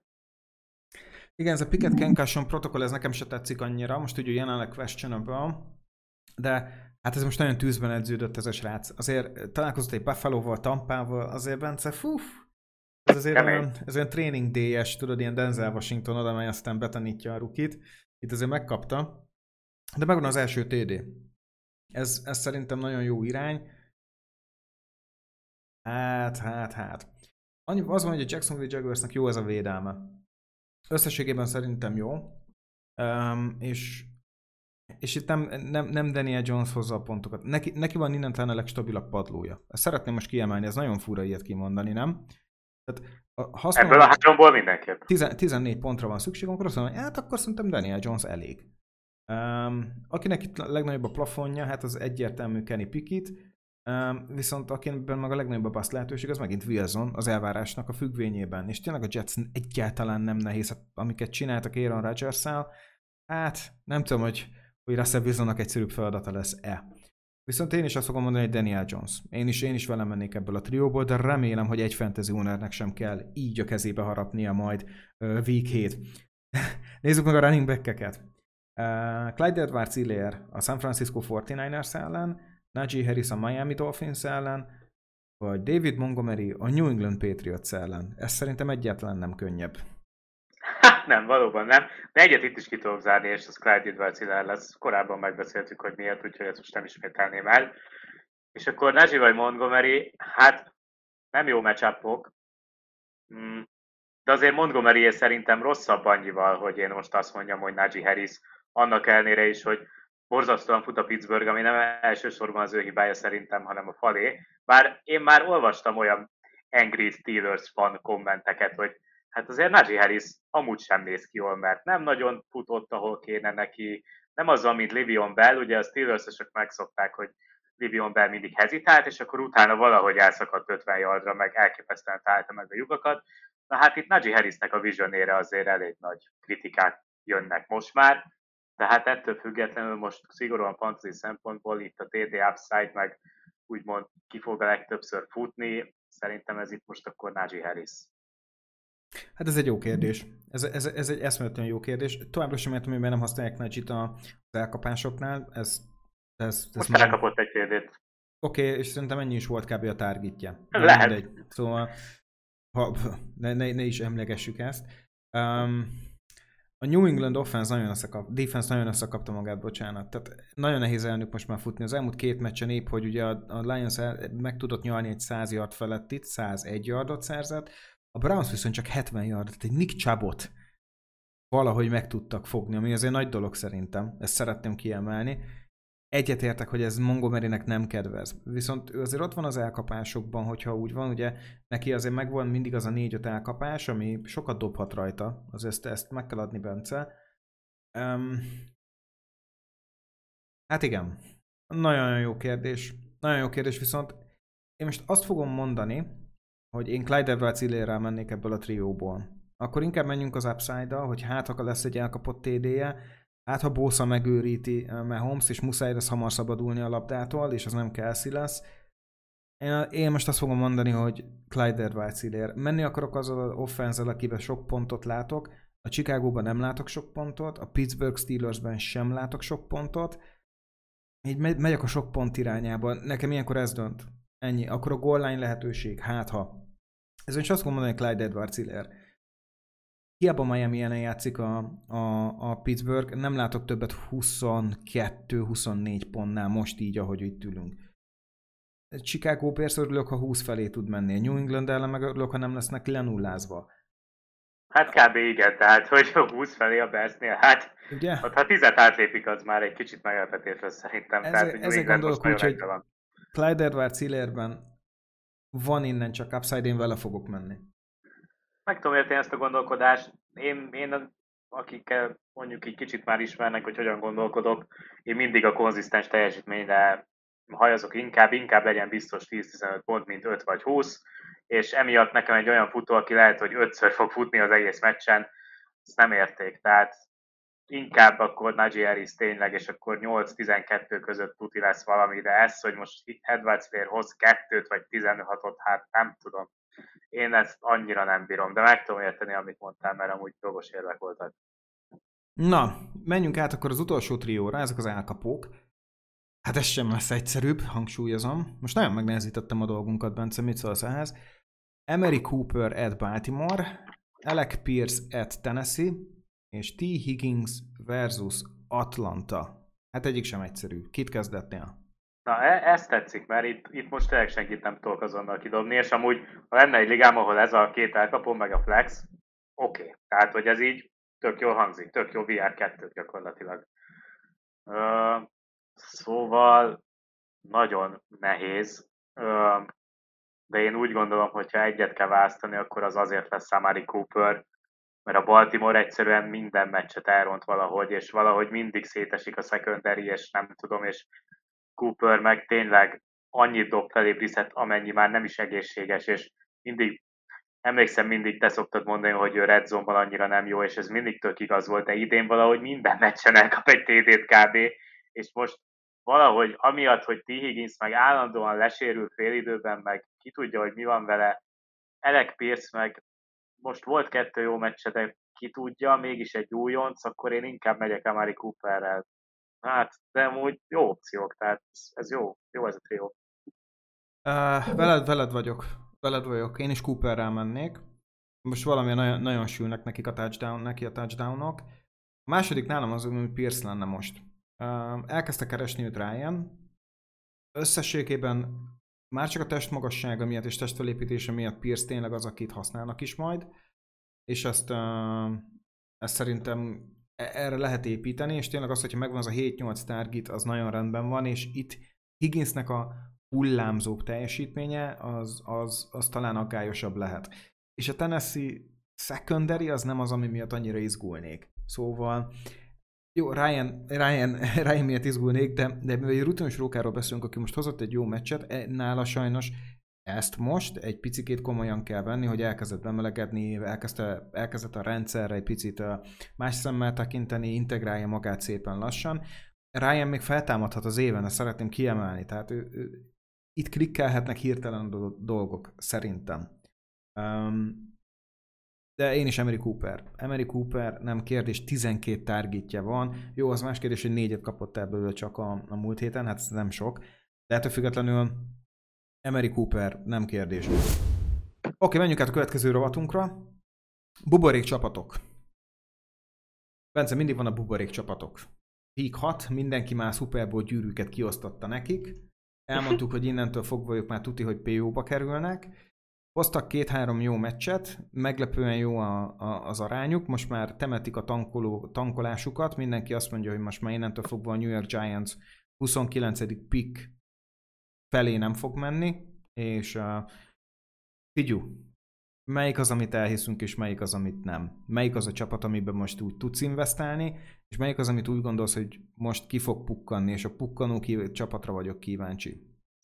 Igen, ez a Pickett concussion protokoll, ez nekem se tetszik annyira, most ugye jelenleg questionable, de hát ez most nagyon tűzben edződött ez a srác. Azért találkozott egy Buffalo-val, Tampával, azért Bence, fúf, ez azért olyan, ez olyan training day-es, tudod, ilyen Denzel Washington oda, amely aztán betanítja a rukit. Itt azért megkapta, de megvan az első té dé. Ez, ez szerintem nagyon jó irány. Hát, hát, hát. Annyi, az van, hogy a Jacksonville Jaguarsnak jó ez a védelme. Összességében szerintem jó. Um, és És itt nem, nem, nem Daniel Jones hozza a pontokat. Neki, neki van innentelen a legstabilabb padlója. Ezt szeretném most kiemelni, ez nagyon fura ilyet kimondani, nem? Tehát, ha ebből a háromból mindenképp. tizennégy pontra van szükség, akkor azt mondom, hogy hát akkor szerintem Daniel Jones elég. Um, akinek itt a legnagyobb a plafonja, hát az egyértelmű Kenny Pickett, um, viszont akiben meg a legnagyobb a passz lehetőség, az megint Wilson az elvárásnak a függvényében. És tényleg a Jets egyáltalán nem nehéz, hát, amiket csináltak Aaron Rodgers-szel, hát nem tudom, hogy hogy Russell Wilsonnak egyszerűbb feladata lesz-e. Viszont én is azt fogom mondani, hogy Daniel Jones. Én is, én is velem mennék ebből a trióból, de remélem, hogy egy fantasy ownernek sem kell így a kezébe harapnia majd uh, week hét. Nézzük meg a running back-eket. Uh, Clyde Edwards-Helaire a San Francisco negyvenkilencesek ellen, Najee Harris a Miami Dolphins ellen, vagy David Montgomery a New England Patriots ellen. Ez szerintem egyáltalán nem könnyebb. Nem, valóban nem. De egyet itt is ki tudok zárni, és az Clyde Edwards-Helaire lesz. Korábban megbeszéltük, hogy miért, úgyhogy ezt most nem ismételném el. És akkor Najee vagy Montgomery, hát nem jó matchupok, de azért Montgomery szerintem rosszabb annyival, hogy én most azt mondjam, hogy Najee Harris, annak ellenére is, hogy borzasztóan fut a Pittsburgh, ami nem elsősorban az ő hibája szerintem, hanem a falé. Bár én már olvastam olyan Angry Steelers fan kommenteket, hogy hát azért Najee Harris amúgy sem néz ki jól, mert nem nagyon futott, ahol kéne neki. Nem azzal, mint Le'Veon Bell, ugye a Steelers-esek megszokták, hogy Le'Veon Bell mindig hezitált, és akkor utána valahogy elszakadt ötven yardra, meg elképesztően találta meg a lyukakat. Na hát itt Najee Harrisnek a visionére azért elég nagy kritikák jönnek most már, de hát ettől függetlenül most szigorúan fantasy szempontból itt a té dé upside, meg úgymond ki fog a legtöbbször futni, szerintem ez itt most akkor Najee Harris. Hát ez egy jó kérdés. Ez, ez, ez egy eszméletlen jó kérdés. Továbbra sem értem, hogy nem használják Najee-t az elkapásoknál. Ez, ez, ez most elkapott egy té dét. Oké, okay, és szerintem ennyi is volt kb. A targetja. Lehet. Mindegy. Szóval, ha, ne, ne, ne is emlegessük ezt. Um, a New England offense nagyon összekap, defense nagyon összekapta magát, bocsánat. Tehát nagyon nehéz elnök most már futni. Az elmúlt két meccsen épp, hogy ugye a, a Lions el, meg tudott nyalni egy száz yard felett itt, százegy yardot szerzett. A Browns viszont csak hetven yardot, egy Nick Chubbot valahogy meg tudtak fogni, ami azért nagy dolog szerintem. Ezt szeretném kiemelni. Egyetértek, hogy ez Montgomerynek nem kedvez. Viszont ő azért ott van az elkapásokban, hogyha úgy van, ugye neki azért megvan mindig az a négy-öt elkapás, ami sokat dobhat rajta. Azért ezt, ezt meg kell adni, Bence. Um, hát igen. Nagyon jó kérdés. Nagyon jó kérdés, viszont én most azt fogom mondani, hogy én Clyde Edwards-Helaire mennék ebből a trióból. Akkor inkább menjünk az upside-dal, hogy hát ha lesz egy elkapott té dé-je, hát ha Bosa megőríti Mahomes, és muszáj lesz hamar szabadulni a labdától, és az nem Kelsey lesz. Én, én most azt fogom mondani, hogy Clyde Edwards-Helaire. Menni akarok azzal az offense-el, akiben sok pontot látok. A Chicagóban nem látok sok pontot, a Pittsburgh Steelersben sem látok sok pontot. Így megy, megyek a sok pont irányába. Nekem ilyenkor ez dönt. Ennyi. Akkor a goal line lehetőség, hát ha. Ezért is azt fogom mondani, hogy Clyde Edwards-Helaire. Hiába Miami ellen játszik a, a, a Pittsburgh, nem látok többet huszonkettő-huszonnégy pontnál most így, ahogy itt ülünk. Chicago persze örülök, ha húsz felé tud menni. New England ellen meg örülök, ha nem lesznek lenullázva. Hát kb. Igen, tehát hogy húsz felé a Bearsnél, hát ugye? Ott, ha tízet átlépik, az már egy kicsit meglepetés lesz szerintem. Ez, tehát, hogy ezért gondolok úgy, hogy Clyde Edwards-Helaire-ben van innen csak upside, én vele fogok menni. Meg tudom érteni ezt a gondolkodást. Én, én akikkel mondjuk így kicsit már ismernek, hogy hogyan gondolkodok, én mindig a konzisztens teljesítményre hajazok inkább, inkább legyen biztos tíz-tizenöt pont, mint öt vagy húsz, és emiatt nekem egy olyan futó, aki lehet, hogy ötször fog futni az egész meccsen, ezt nem érték. Tehát inkább akkor Najee Harris tényleg, és akkor nyolc-tizenkettő között tuti lesz valami, de ez, hogy most Edwards-Helaire hoz kettőt vagy tizenhatot, hát nem tudom. Én ezt annyira nem bírom, de meg tudom érteni, amit mondtál, mert amúgy jogos érvek voltak. Na, menjünk át akkor az utolsó trióra, ezek az elkapók. Hát ez sem lesz egyszerűbb, hangsúlyozom. Most nagyon megnehezítettem a dolgunkat, Bence, mit szólsz ehhez? Emery Cooper at Baltimore, Alec Pierce at Tennessee, és T. Higgins versus Atlanta. Hát egyik sem egyszerű. Kit kezdetnél? Na, e- ez tetszik, mert itt, itt most tényleg senkit nem tudok azonnal kidobni, és amúgy, ha lenne egy ligám, ahol ez a két elkapó, meg a flex, oké. Okay. Tehát, hogy ez így tök jól hangzik, tök jó vé er kettő gyakorlatilag. Uh, szóval nagyon nehéz, uh, de én úgy gondolom, hogy ha egyet kell választani, akkor az azért lesz Amari Cooper, mert a Baltimore egyszerűen minden meccset elront valahogy, és valahogy mindig szétesik a secondary, és nem tudom, és Cooper meg tényleg annyit dob felé Brissett, amennyi már nem is egészséges, és mindig, emlékszem, mindig te szoktad mondani, hogy ő red zone-ban annyira nem jó, és ez mindig tök igaz volt, de idén valahogy minden meccsen elkap egy té dét kb. És most valahogy amiatt, hogy T. Higgins meg állandóan lesérül félidőben, meg ki tudja, hogy mi van vele, Alec Pierce meg most volt kettő jó meccse, de ki tudja, mégis egy újonc, akkor én inkább megyek Amari Cooperrel. Hát, de amúgy jó opciók, tehát ez jó, jó ez a trió. Uh, veled, veled vagyok, veled vagyok, én is Cooperrel mennék. Most valami nagyon, nagyon sülnek nekik a touchdown, neki a touchdownok. A második nálam az, hogy Pierce lenne most. Uh, elkezdte keresni őt Ryan. Összességében már csak a testmagassága miatt és testfelépítése miatt Pierce tényleg az, akit használnak is majd. És ezt, uh, ezt szerintem erre lehet építeni, és tényleg az, hogyha megvan az a hét-nyolc target, az nagyon rendben van, és itt Higginsnek a hullámzóbb teljesítménye, az, az, az talán aggályosabb lehet. És a Tennessee secondary az nem az, ami miatt annyira izgulnék. Szóval, jó, Ryan, Ryan, Ryan miatt izgulnék, de, de mivel egy rutinos rókáról beszélünk, aki most hozott egy jó meccset, nála sajnos ezt most egy picikét komolyan kell venni, hogy elkezdett bemelegedni, elkezdte, elkezdett a rendszerre egy picit más szemmel tekinteni, integrálja magát szépen lassan. Ryan még feltámadhat az éven, ezt szeretném kiemelni, tehát ő, ő, itt klikkelhetnek hirtelen a dolgok, szerintem. Um, de én is Emery Cooper. Emery Cooper, nem kérdés, tizenkét targetje van. Jó, az más kérdés, hogy négyet kapott ebből csak a, a múlt héten, hát ez nem sok. De ettől függetlenül Emery Cooper nem kérdés. Oké, menjünk át a következő rovatunkra. Buborék csapatok. Bence, mindig van a buborék csapatok. Peak hat, mindenki már Super Bowl gyűrűket kiosztotta nekik. Elmondtuk, hogy innentől fogva ők már tuti, hogy pé ó-ba kerülnek. Hoztak két-három jó meccset, meglepően jó a, a, az arányuk, most már temetik a tankoló, tankolásukat, mindenki azt mondja, hogy most már innentől fogva a New York Giants huszonkilencedik pick felé nem fog menni, és uh, figyú, melyik az, amit elhiszünk, és melyik az, amit nem. Melyik az a csapat, amiben most úgy tudsz investálni, és melyik az, amit úgy gondolsz, hogy most ki fog pukkanni, és a pukkanó ki- csapatra vagyok kíváncsi.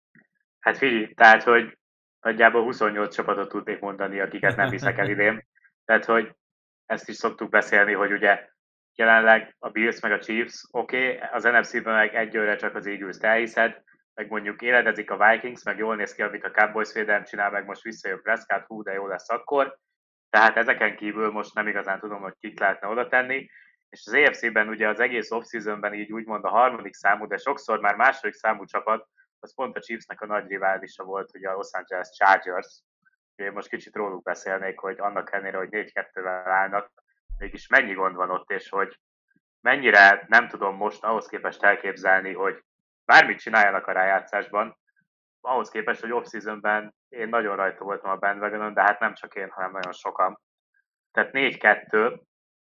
Hát figyelj, tehát, hogy nagyjából huszonnyolc csapatot tudnék mondani, akiket nem viszek el idén. Tehát, hogy ezt is szoktuk beszélni, hogy ugye jelenleg a Bills meg a Chiefs, oké, okay, az en ef cé-ben meg egyőre csak az Eagles-t elhiszed, meg mondjuk éledezik a Vikings, meg jól néz ki, amit a Cowboys védelem csinál, meg most visszajön Prescott, hú, de jó lesz akkor. Tehát ezeken kívül most nem igazán tudom, hogy kit lehetne oda tenni. És az á ef cé-ben ugye az egész off-seasonben így úgymond a harmadik számú, de sokszor már második számú csapat, az pont a Chiefsnek a nagy riválisa volt, ugye a Los Angeles Chargers. Én most kicsit róluk beszélnék, hogy annak ellenére, hogy négy kettővel állnak, mégis mennyi gond van ott, és hogy mennyire nem tudom most ahhoz képest elképzelni, hogy bármit csináljanak a rájátszásban, ahhoz képest, hogy off-seasonben én nagyon rajta voltam a bandwagonon, de hát nem csak én, hanem nagyon sokan. Tehát négy kettő,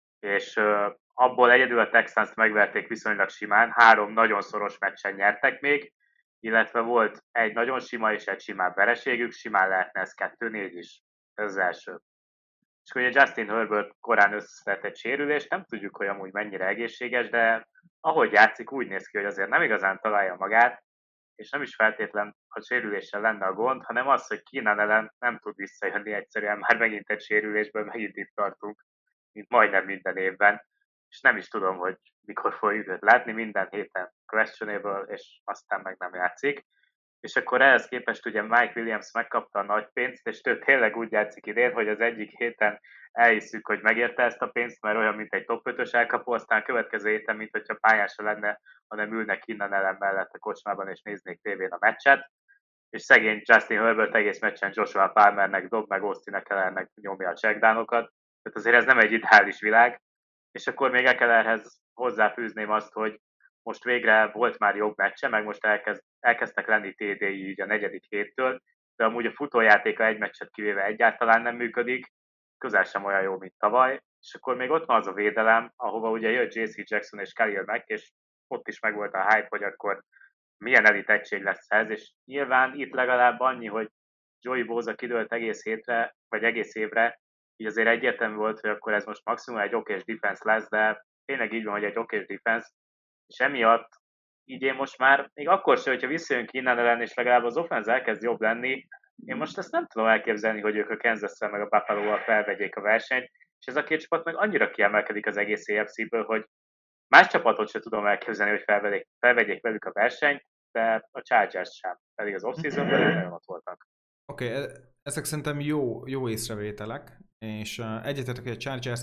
és uh, abból egyedül a Texans-t megverték viszonylag simán, három nagyon szoros meccsen nyertek még, illetve volt egy nagyon sima és egy simább vereségük, simán lehetne ez kettő négy is. Ez az első. És ugye Justin Herbert korán összeszedett egy sérülést, nem tudjuk, hogy amúgy mennyire egészséges, de ahogy játszik, úgy néz ki, hogy azért nem igazán találja magát, és nem is feltétlen a sérüléssel lenne a gond, hanem az, hogy Keenan ellen nem tud visszajönni egyszerűen, már megint egy sérülésből, megint itt tartunk, mint majdnem minden évben, és nem is tudom, hogy mikor fogjuk őt látni, minden héten questionable, és aztán meg nem játszik. És akkor ehhez képest ugye Mike Williams megkapta a nagy pénzt, és ő tényleg úgy játszik idén, hogy az egyik héten elhiszük, hogy megérte ezt a pénzt, mert olyan, mint egy top ötös elkapó, aztán a következő héten, mint hogyha pályása lenne, hanem ülnek innen ellen mellett a kocsmában, és néznék tévén a meccset. És szegény Justin Herbert egész meccsen Joshua Palmernek dob, meg Austin Ekelernek nyomja a checkdownokat. Tehát azért ez nem egy ideális világ. És akkor még Ekelerhez hozzáfűzném azt, hogy most végre volt már jobb meccse, meg most elkezd, elkezdtek lenni té dé-i így a negyedik héttől, de amúgy a futójátéka egy meccset kivéve egyáltalán nem működik, közel sem olyan jó, mint tavaly, és akkor még ott van az a védelem, ahova ugye jött jé cé Jackson és Khalil Mack, és ott is megvolt a hype, hogy akkor milyen elit egység lesz ez, és nyilván itt legalább annyi, hogy Joey Bosa kidőlt egész hétre, vagy egész évre, így azért egyértelmű volt, hogy akkor ez most maximum egy okés defense lesz, de tényleg így van, hogy egy okés defense, és emiatt így én most már, még akkor sem, hogyha visszajönk innen ellen, és legalább az offense elkezd jobb lenni, én most ezt nem tudom elképzelni, hogy ők a Kansas-szel meg a Buffalo-val felvegyék a versenyt, és ez a két csapat meg annyira kiemelkedik az egész á ef cé-ből, hogy más csapatot sem tudom elképzelni, hogy felvegyék, felvegyék velük a versenyt, de a Chargers sem, pedig az off-seasonban nagyon ott voltak. Oké, okay, ezek szerintem jó, jó észrevételek, és uh, egyetetek, hogy a Chargers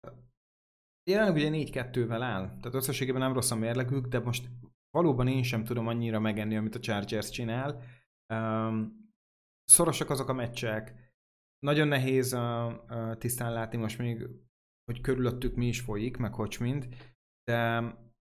jelenleg ugye négy kettővel áll, tehát összességében nem rossz a mérlegük, de most valóban én sem tudom annyira megenni, amit a Chargers csinál. Um, szorosak azok a meccsek, nagyon nehéz uh, uh, tisztán látni most még, hogy körülöttük mi is folyik, meg hogy mind, de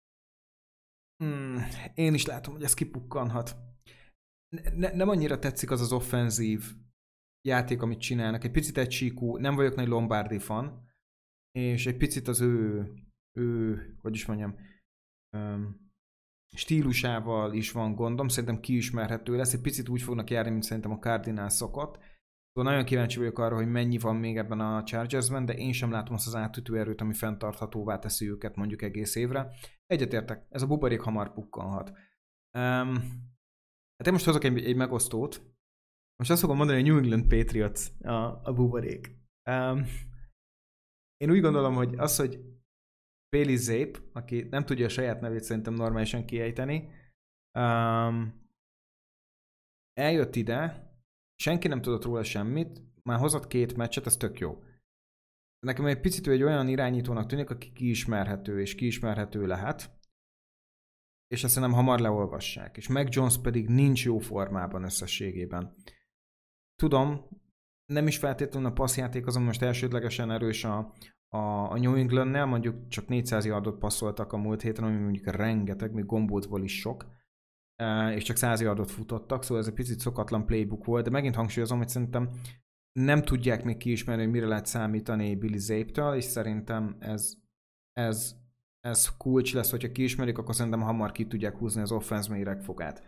hmm, én is látom, hogy ez kipukkanhat. Ne, nem annyira tetszik az az offenzív játék, amit csinálnak. Egy picit egysíkú, nem vagyok nagy Lombardi fan, és egy picit az ő, ő hogy is mondjam, um, stílusával is van gondom. Szerintem kiismerhető lesz. Egy picit úgy fognak járni, mint szerintem a Cardinals szokott. Szóval nagyon kíváncsi vagyok arra, hogy mennyi van még ebben a Chargersben, de én sem látom azt az átütő erőt, ami fenntarthatóvá teszi őket mondjuk egész évre. Egyetértek, ez a buborék hamar pukkanhat. Um, hát én most hozok egy, egy megosztót. Most azt fogom mondani, hogy New England Patriots a, a buborék. Um, én úgy gondolom, hogy az, hogy Bailey Zappe, aki nem tudja a saját nevét szerintem normálisan kiejteni, um, eljött ide, senki nem tudott róla semmit, már hozott két meccset, ez tök jó. Nekem egy picit ő egy olyan irányítónak tűnik, aki kiismerhető és kiismerhető lehet. és ezt nem hamar leolvassák. És Mac Jones pedig nincs jó formában összességében. Tudom, nem is feltétlenül a passzjáték azon most elsődlegesen erős a, a, a New Englandnél, mondjuk csak négyszáz yardot passzoltak a múlt héten, ami mondjuk rengeteg, még Gombolcból is sok, és csak száz yardot futottak, szóval ez egy picit szokatlan playbook volt, de megint hangsúlyozom, hogy szerintem nem tudják még kiismerni, hogy mire lehet számítani Billy Zape-től, és szerintem ez, ez, ez kulcs lesz, hogyha kiismerik, akkor szerintem hamar ki tudják húzni az offense méregfogát.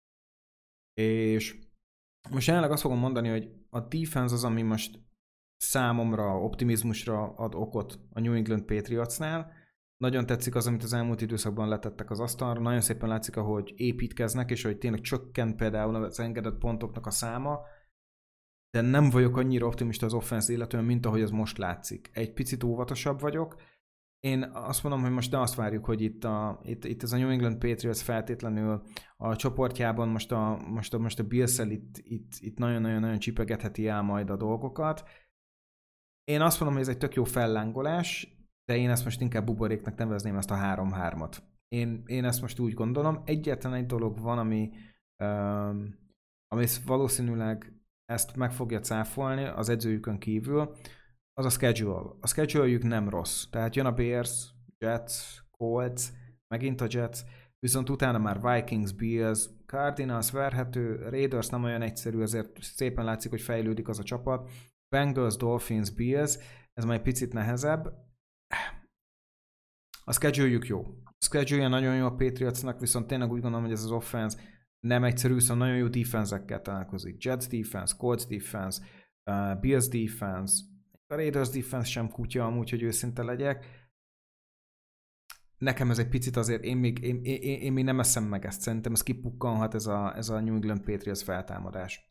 És most jelenleg azt fogom mondani, hogy a defense az, ami most számomra optimizmusra ad okot a New England Patriotsnál. Nagyon tetszik az, amit az elmúlt időszakban letettek az asztalra. Nagyon szépen látszik, ahogy építkeznek, és hogy tényleg csökkent például az engedett pontoknak a száma, de nem vagyok annyira optimista az offense illetően, mint ahogy az most látszik. Egy picit óvatosabb vagyok. Én azt mondom, hogy most ne azt várjuk, hogy itt, a, itt, itt ez a New England Patriots feltétlenül a csoportjában most a, most a, most a Bills-el itt, itt, itt nagyon-nagyon csipegetheti el majd a dolgokat. Én azt mondom, hogy ez egy tök jó fellángolás, de én ezt most inkább buboréknak nevezném, ezt a három-hármat. Én, én ezt most úgy gondolom. Egyetlen egy dolog van, ami, um, ami valószínűleg ezt meg fogja cáfolni az edzőjükön kívül, az a schedule. A schedule-jük nem rossz. Tehát jön a Bears, Jets, Colts, megint a Jets, viszont utána már Vikings, Bills, Cardinals verhető, Raiders nem olyan egyszerű, azért szépen látszik, hogy fejlődik az a csapat. Bengals, Dolphins, Bills, ez már egy picit nehezebb. A schedule-jük jó. A schedule-je nagyon jó a Patriotsnak, viszont tényleg úgy gondolom, hogy ez az offense nem egyszerű, viszont nagyon jó defense-ekkel találkozik. Jets defense, Colts defense, uh, Bills defense, a Raiders defense sem kutya, amúgy, hogy őszinte legyek. Nekem ez egy picit azért, én még, én, én, én még nem eszem meg ezt. Szerintem ez kipukkanhat ez a, ez a New England Patriots feltámadás.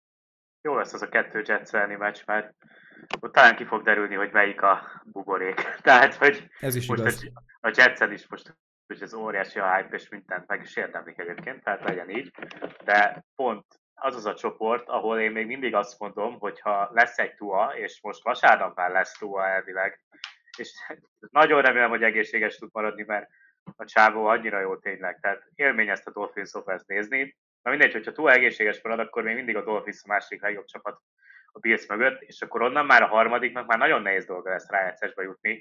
Jó lesz az a kettő Jets elleni meccs, mert ott talán ki fog derülni, hogy melyik a buborék. Tehát, hogy ez is most igaz. a, a Jetsen is most hogy ez óriási a hype, és mindent meg is érdemlik egyébként, tehát legyen így. De pont az az a csoport, ahol én még mindig azt mondom, hogy ha lesz egy Tua, és most vasárnap már lesz Tua elvileg, és nagyon remélem, hogy egészséges tud maradni, mert a csávó annyira jó tényleg, tehát élmény ezt a Dolphins offense nézni. Na mindegy, hogyha Tua egészséges marad, akkor még mindig a Dolphins a második legjobb csapat a Bills mögött, és akkor onnan már a harmadiknak már nagyon nehéz dolga lesz rájátszásba jutni,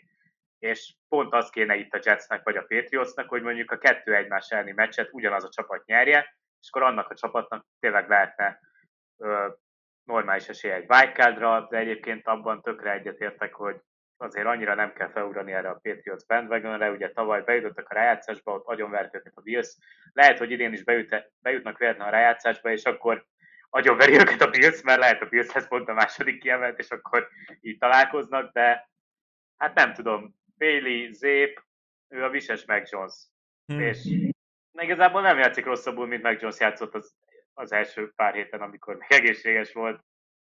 és pont az kéne itt a Jetsnek vagy a Patriotsnak, hogy mondjuk a kettő egymás elleni meccset ugyanaz a csapat nyerje, és akkor annak a csapatnak tényleg lehetne ö, normális esélye egy wildcardra, de egyébként abban tökre egyetértek, hogy azért annyira nem kell felugrani erre a Patriots bandwagonre, ugye tavaly bejutottak a rájátszásba, ott agyonvert őket a Bills, lehet, hogy idén is bejut, bejutnak véletlenül a rájátszásba, és akkor agyonveri őket a Bills, mert lehet a Billshez pont a második kiemelt, és akkor így találkoznak, de hát nem tudom, Bailey, Zép, ő a vises Mac Jones, hmm. és igazából nem játszik rosszabbul, mint Mac Jones játszott az, az első pár héten, amikor még egészséges volt.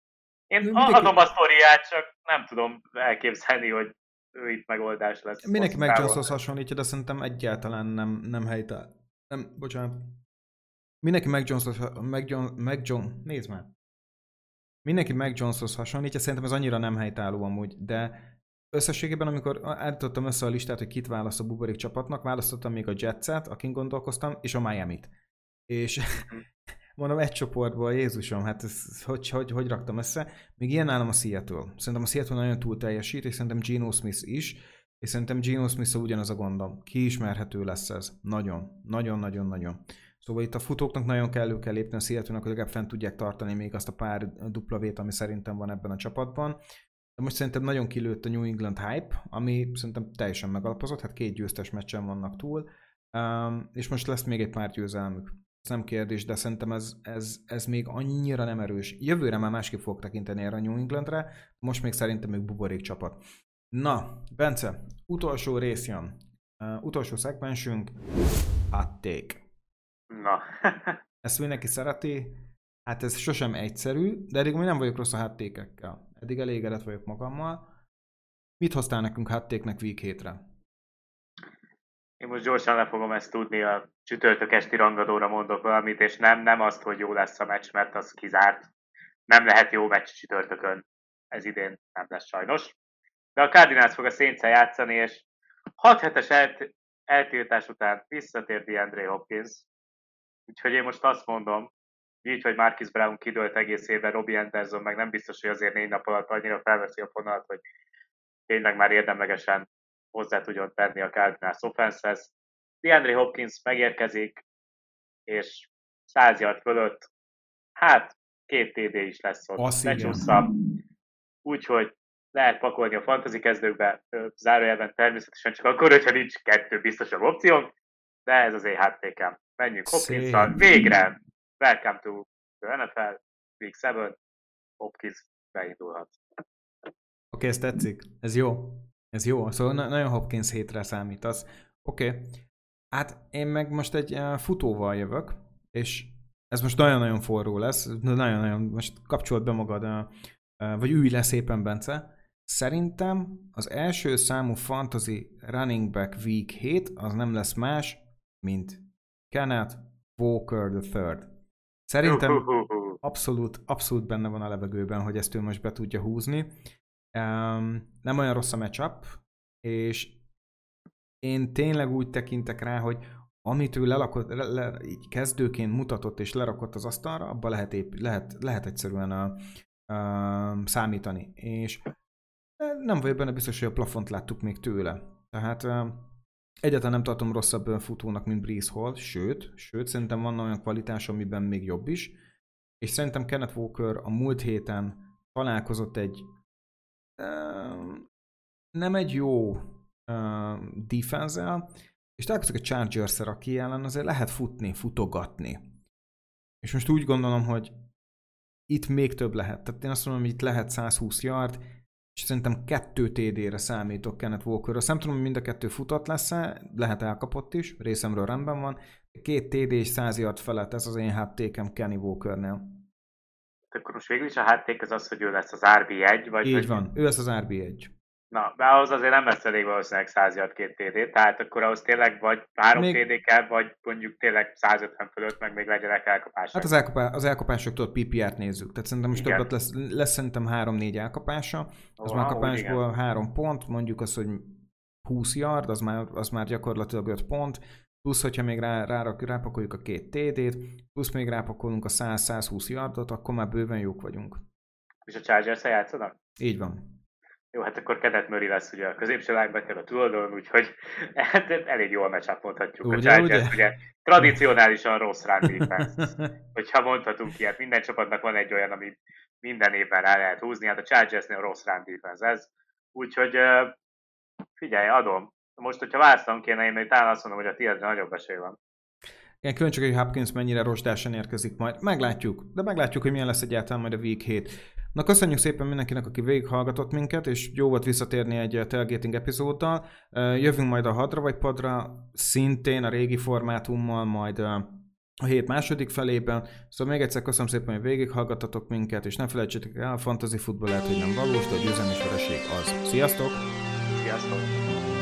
Én mindenki... adom a sztoriát, csak nem tudom elképzelni, hogy ő itt megoldás lesz. Mindenki Mac Joneshoz hasonlítja, de szerintem egyáltalán nem, nem helytáll. Nem, bocsánat. Mindenki Mac Joneshoz, Mac Jones, Mac Jones, nézd már. Mindenki Mac Joneshoz hasonlítja, szerintem ez annyira nem helytálló amúgy, de összességében, amikor állítottam össze a listát, hogy kit választ a buborék csapatnak, választottam még a Jetset, akin gondolkoztam, és a Miamit. És mondom, egy csoportból, Jézusom, hát ez, hogy, hogy, hogy raktam össze? Még ilyen nálam a Seattle. Szerintem a Seattle nagyon túl teljesít, és szerintem Geno Smith is, és szerintem Geno Smith-szal ugyanaz a gondom. Kiismerhető lesz ez. Nagyon. Nagyon-nagyon-nagyon. Szóval itt a futóknak nagyon kellő kell lépni a Seattle-nak, hogy legalább fent tudják tartani még azt a pár dupla vét, ami szerintem van ebben a csapatban. De most szerintem nagyon kilőtt a New England hype, ami szerintem teljesen megalapozott, hát két győztes meccsen vannak túl, um, és most lesz még egy pár győzelmük. Ez nem kérdés, de szerintem ez, ez, ez még annyira nem erős. Jövőre már másképp fog tekinteni erre a New Englandre, most még szerintem még buborék csapat. Na, Bence, utolsó rész jön. Uh, utolsó szegmensünk, hot take. Na. Ezt mindenki szereti, hát ez sosem egyszerű, de eddig még nem vagyok rossz a hot take-ekkel. Eddig elégedett vagyok magammal. Mit hoztál nekünk hot take-nek week hétre? Én most gyorsan le fogom ezt tudni, a csütörtök esti rangadóra mondok valamit, és nem, nem azt, hogy jó lesz a meccs, mert az kizárt. Nem lehet jó meccs csütörtökön. Ez idén nem lesz sajnos. De a Cardinals fog a Saints-el játszani, és hat hetes eltiltás után visszatért DeAndre Hopkins, úgyhogy én most azt mondom, így, hogy Marquise Brown kidőlt egész évben, Robbie Anderson meg nem biztos, hogy azért négy nap alatt annyira felveszi a fonalat, hogy tényleg már érdemlegesen hozzá tudjon tenni a Cardinals offense-hez. DeAndre Hopkins megérkezik, és száz yard fölött, hát két té dé is lesz ott, lecsúszza. Úgyhogy lehet pakolni a fantasy kezdőkbe, zárójelben természetesen csak akkor, hogyha nincs kettő biztosabb opciónk, de ez az én háttékem. Menjünk Hopkinsszal, végre! Welcome to the en ef el, Week seven, Hopkins beindulhat. Oké, okay, ez tetszik. Ez jó. Ez jó. Szóval na- nagyon Hopkins hétre számítasz. Oké. Okay. Hát én meg most egy uh, futóval jövök, és ez most nagyon-nagyon forró lesz. Nagyon-nagyon, most kapcsolt be magad, uh, uh, vagy ülj le szépen, Bence. Szerintem az első számú fantasy running back week hét az nem lesz más, mint Kenneth Walker the third. Szerintem abszolút, abszolút benne van a levegőben, hogy ezt ő most be tudja húzni. Um, nem olyan rossz a matchup, és én tényleg úgy tekintek rá, hogy amit ő lelakott, le, le, így kezdőként mutatott és lerakott az asztalra, abban lehet, épp, lehet, lehet egyszerűen a, a, számítani. És nem vagyok benne biztos, hogy a plafont láttuk még tőle. Tehát egyáltalán nem tartom rosszabb futónak, mint Breece Hall, sőt, sőt, szerintem van olyan kvalitás, amiben még jobb is. És szerintem Kenneth Walker a múlt héten találkozott egy uh, nem egy jó uh, defense-el, és találkozott egy Chargers-szel, aki ellen azért lehet futni, futogatni. És most úgy gondolom, hogy itt még több lehet. Tehát én azt mondom, hogy itt lehet száz húsz yard, és szerintem kettő té dére számítok Kenneth Walkerről. Azt nem tudom, hogy mind a kettő futott lesz-e, lehet elkapott is, részemről rendben van. Két té dé és száz yard felett, ez az én háttékem Kenny Walkernél. Akkor most végül is a hátték az az, hogy ő lesz az er bé egy? Vagy így hogy... van, ő lesz az er bé egy. Na, de ahhoz azért nem lesz elég valószínűleg száz yard két té dé, tehát akkor ahhoz tényleg vagy három még... té dé kell, vagy mondjuk tényleg száz ötven fölött, meg még legyenek elkapások. Hát az, elkapá... az elkapásoktól pé pé er-t nézzük, tehát szerintem most többet lesz, lesz szerintem három-négy elkapása, az oh, már kapásból három pont, mondjuk az, hogy húsz yard, az már, az már gyakorlatilag öt pont, plusz, hogyha még rá, rá, rápakoljuk a két té dét, plusz még rápakolunk a száz-százhúsz yardot, akkor már bőven jók vagyunk. És a Chargers-el játszanak? Így van. Jó, hát akkor Kenneth Murray lesz ugye a középső linebacker a túloldalon, úgyhogy hát elég jól meccsap mondhatjuk. Ugye, a Chargers ugye? ugye tradicionálisan rossz run defense. Hogyha mondhatunk ilyet, minden csapatnak van egy olyan, ami minden évben rá lehet húzni, hát a Chargersnél rossz run defense ez. Úgyhogy figyelj, adom. Most, hogyha választom kéne, én még talán azt mondom, hogy a tiédre nagyobb esély van. Igen, külön csak, hogy Hopkins mennyire rosdásan érkezik majd. Meglátjuk, de meglátjuk, hogy milyen lesz egyáltalán majd a Week hét. Na, köszönjük szépen mindenkinek, aki végighallgatott minket, és jó volt visszatérni egy tailgating epizóddal. Jövünk majd a hadra vagy padra, szintén a régi formátummal, majd a hét második felében. Szóval még egyszer köszönöm szépen, hogy végighallgattatok minket, és ne felejtsétek el, a fantasy futball lehet, hogy nem valós, de a győzelem és vereség az. Sziasztok! Sziasztok!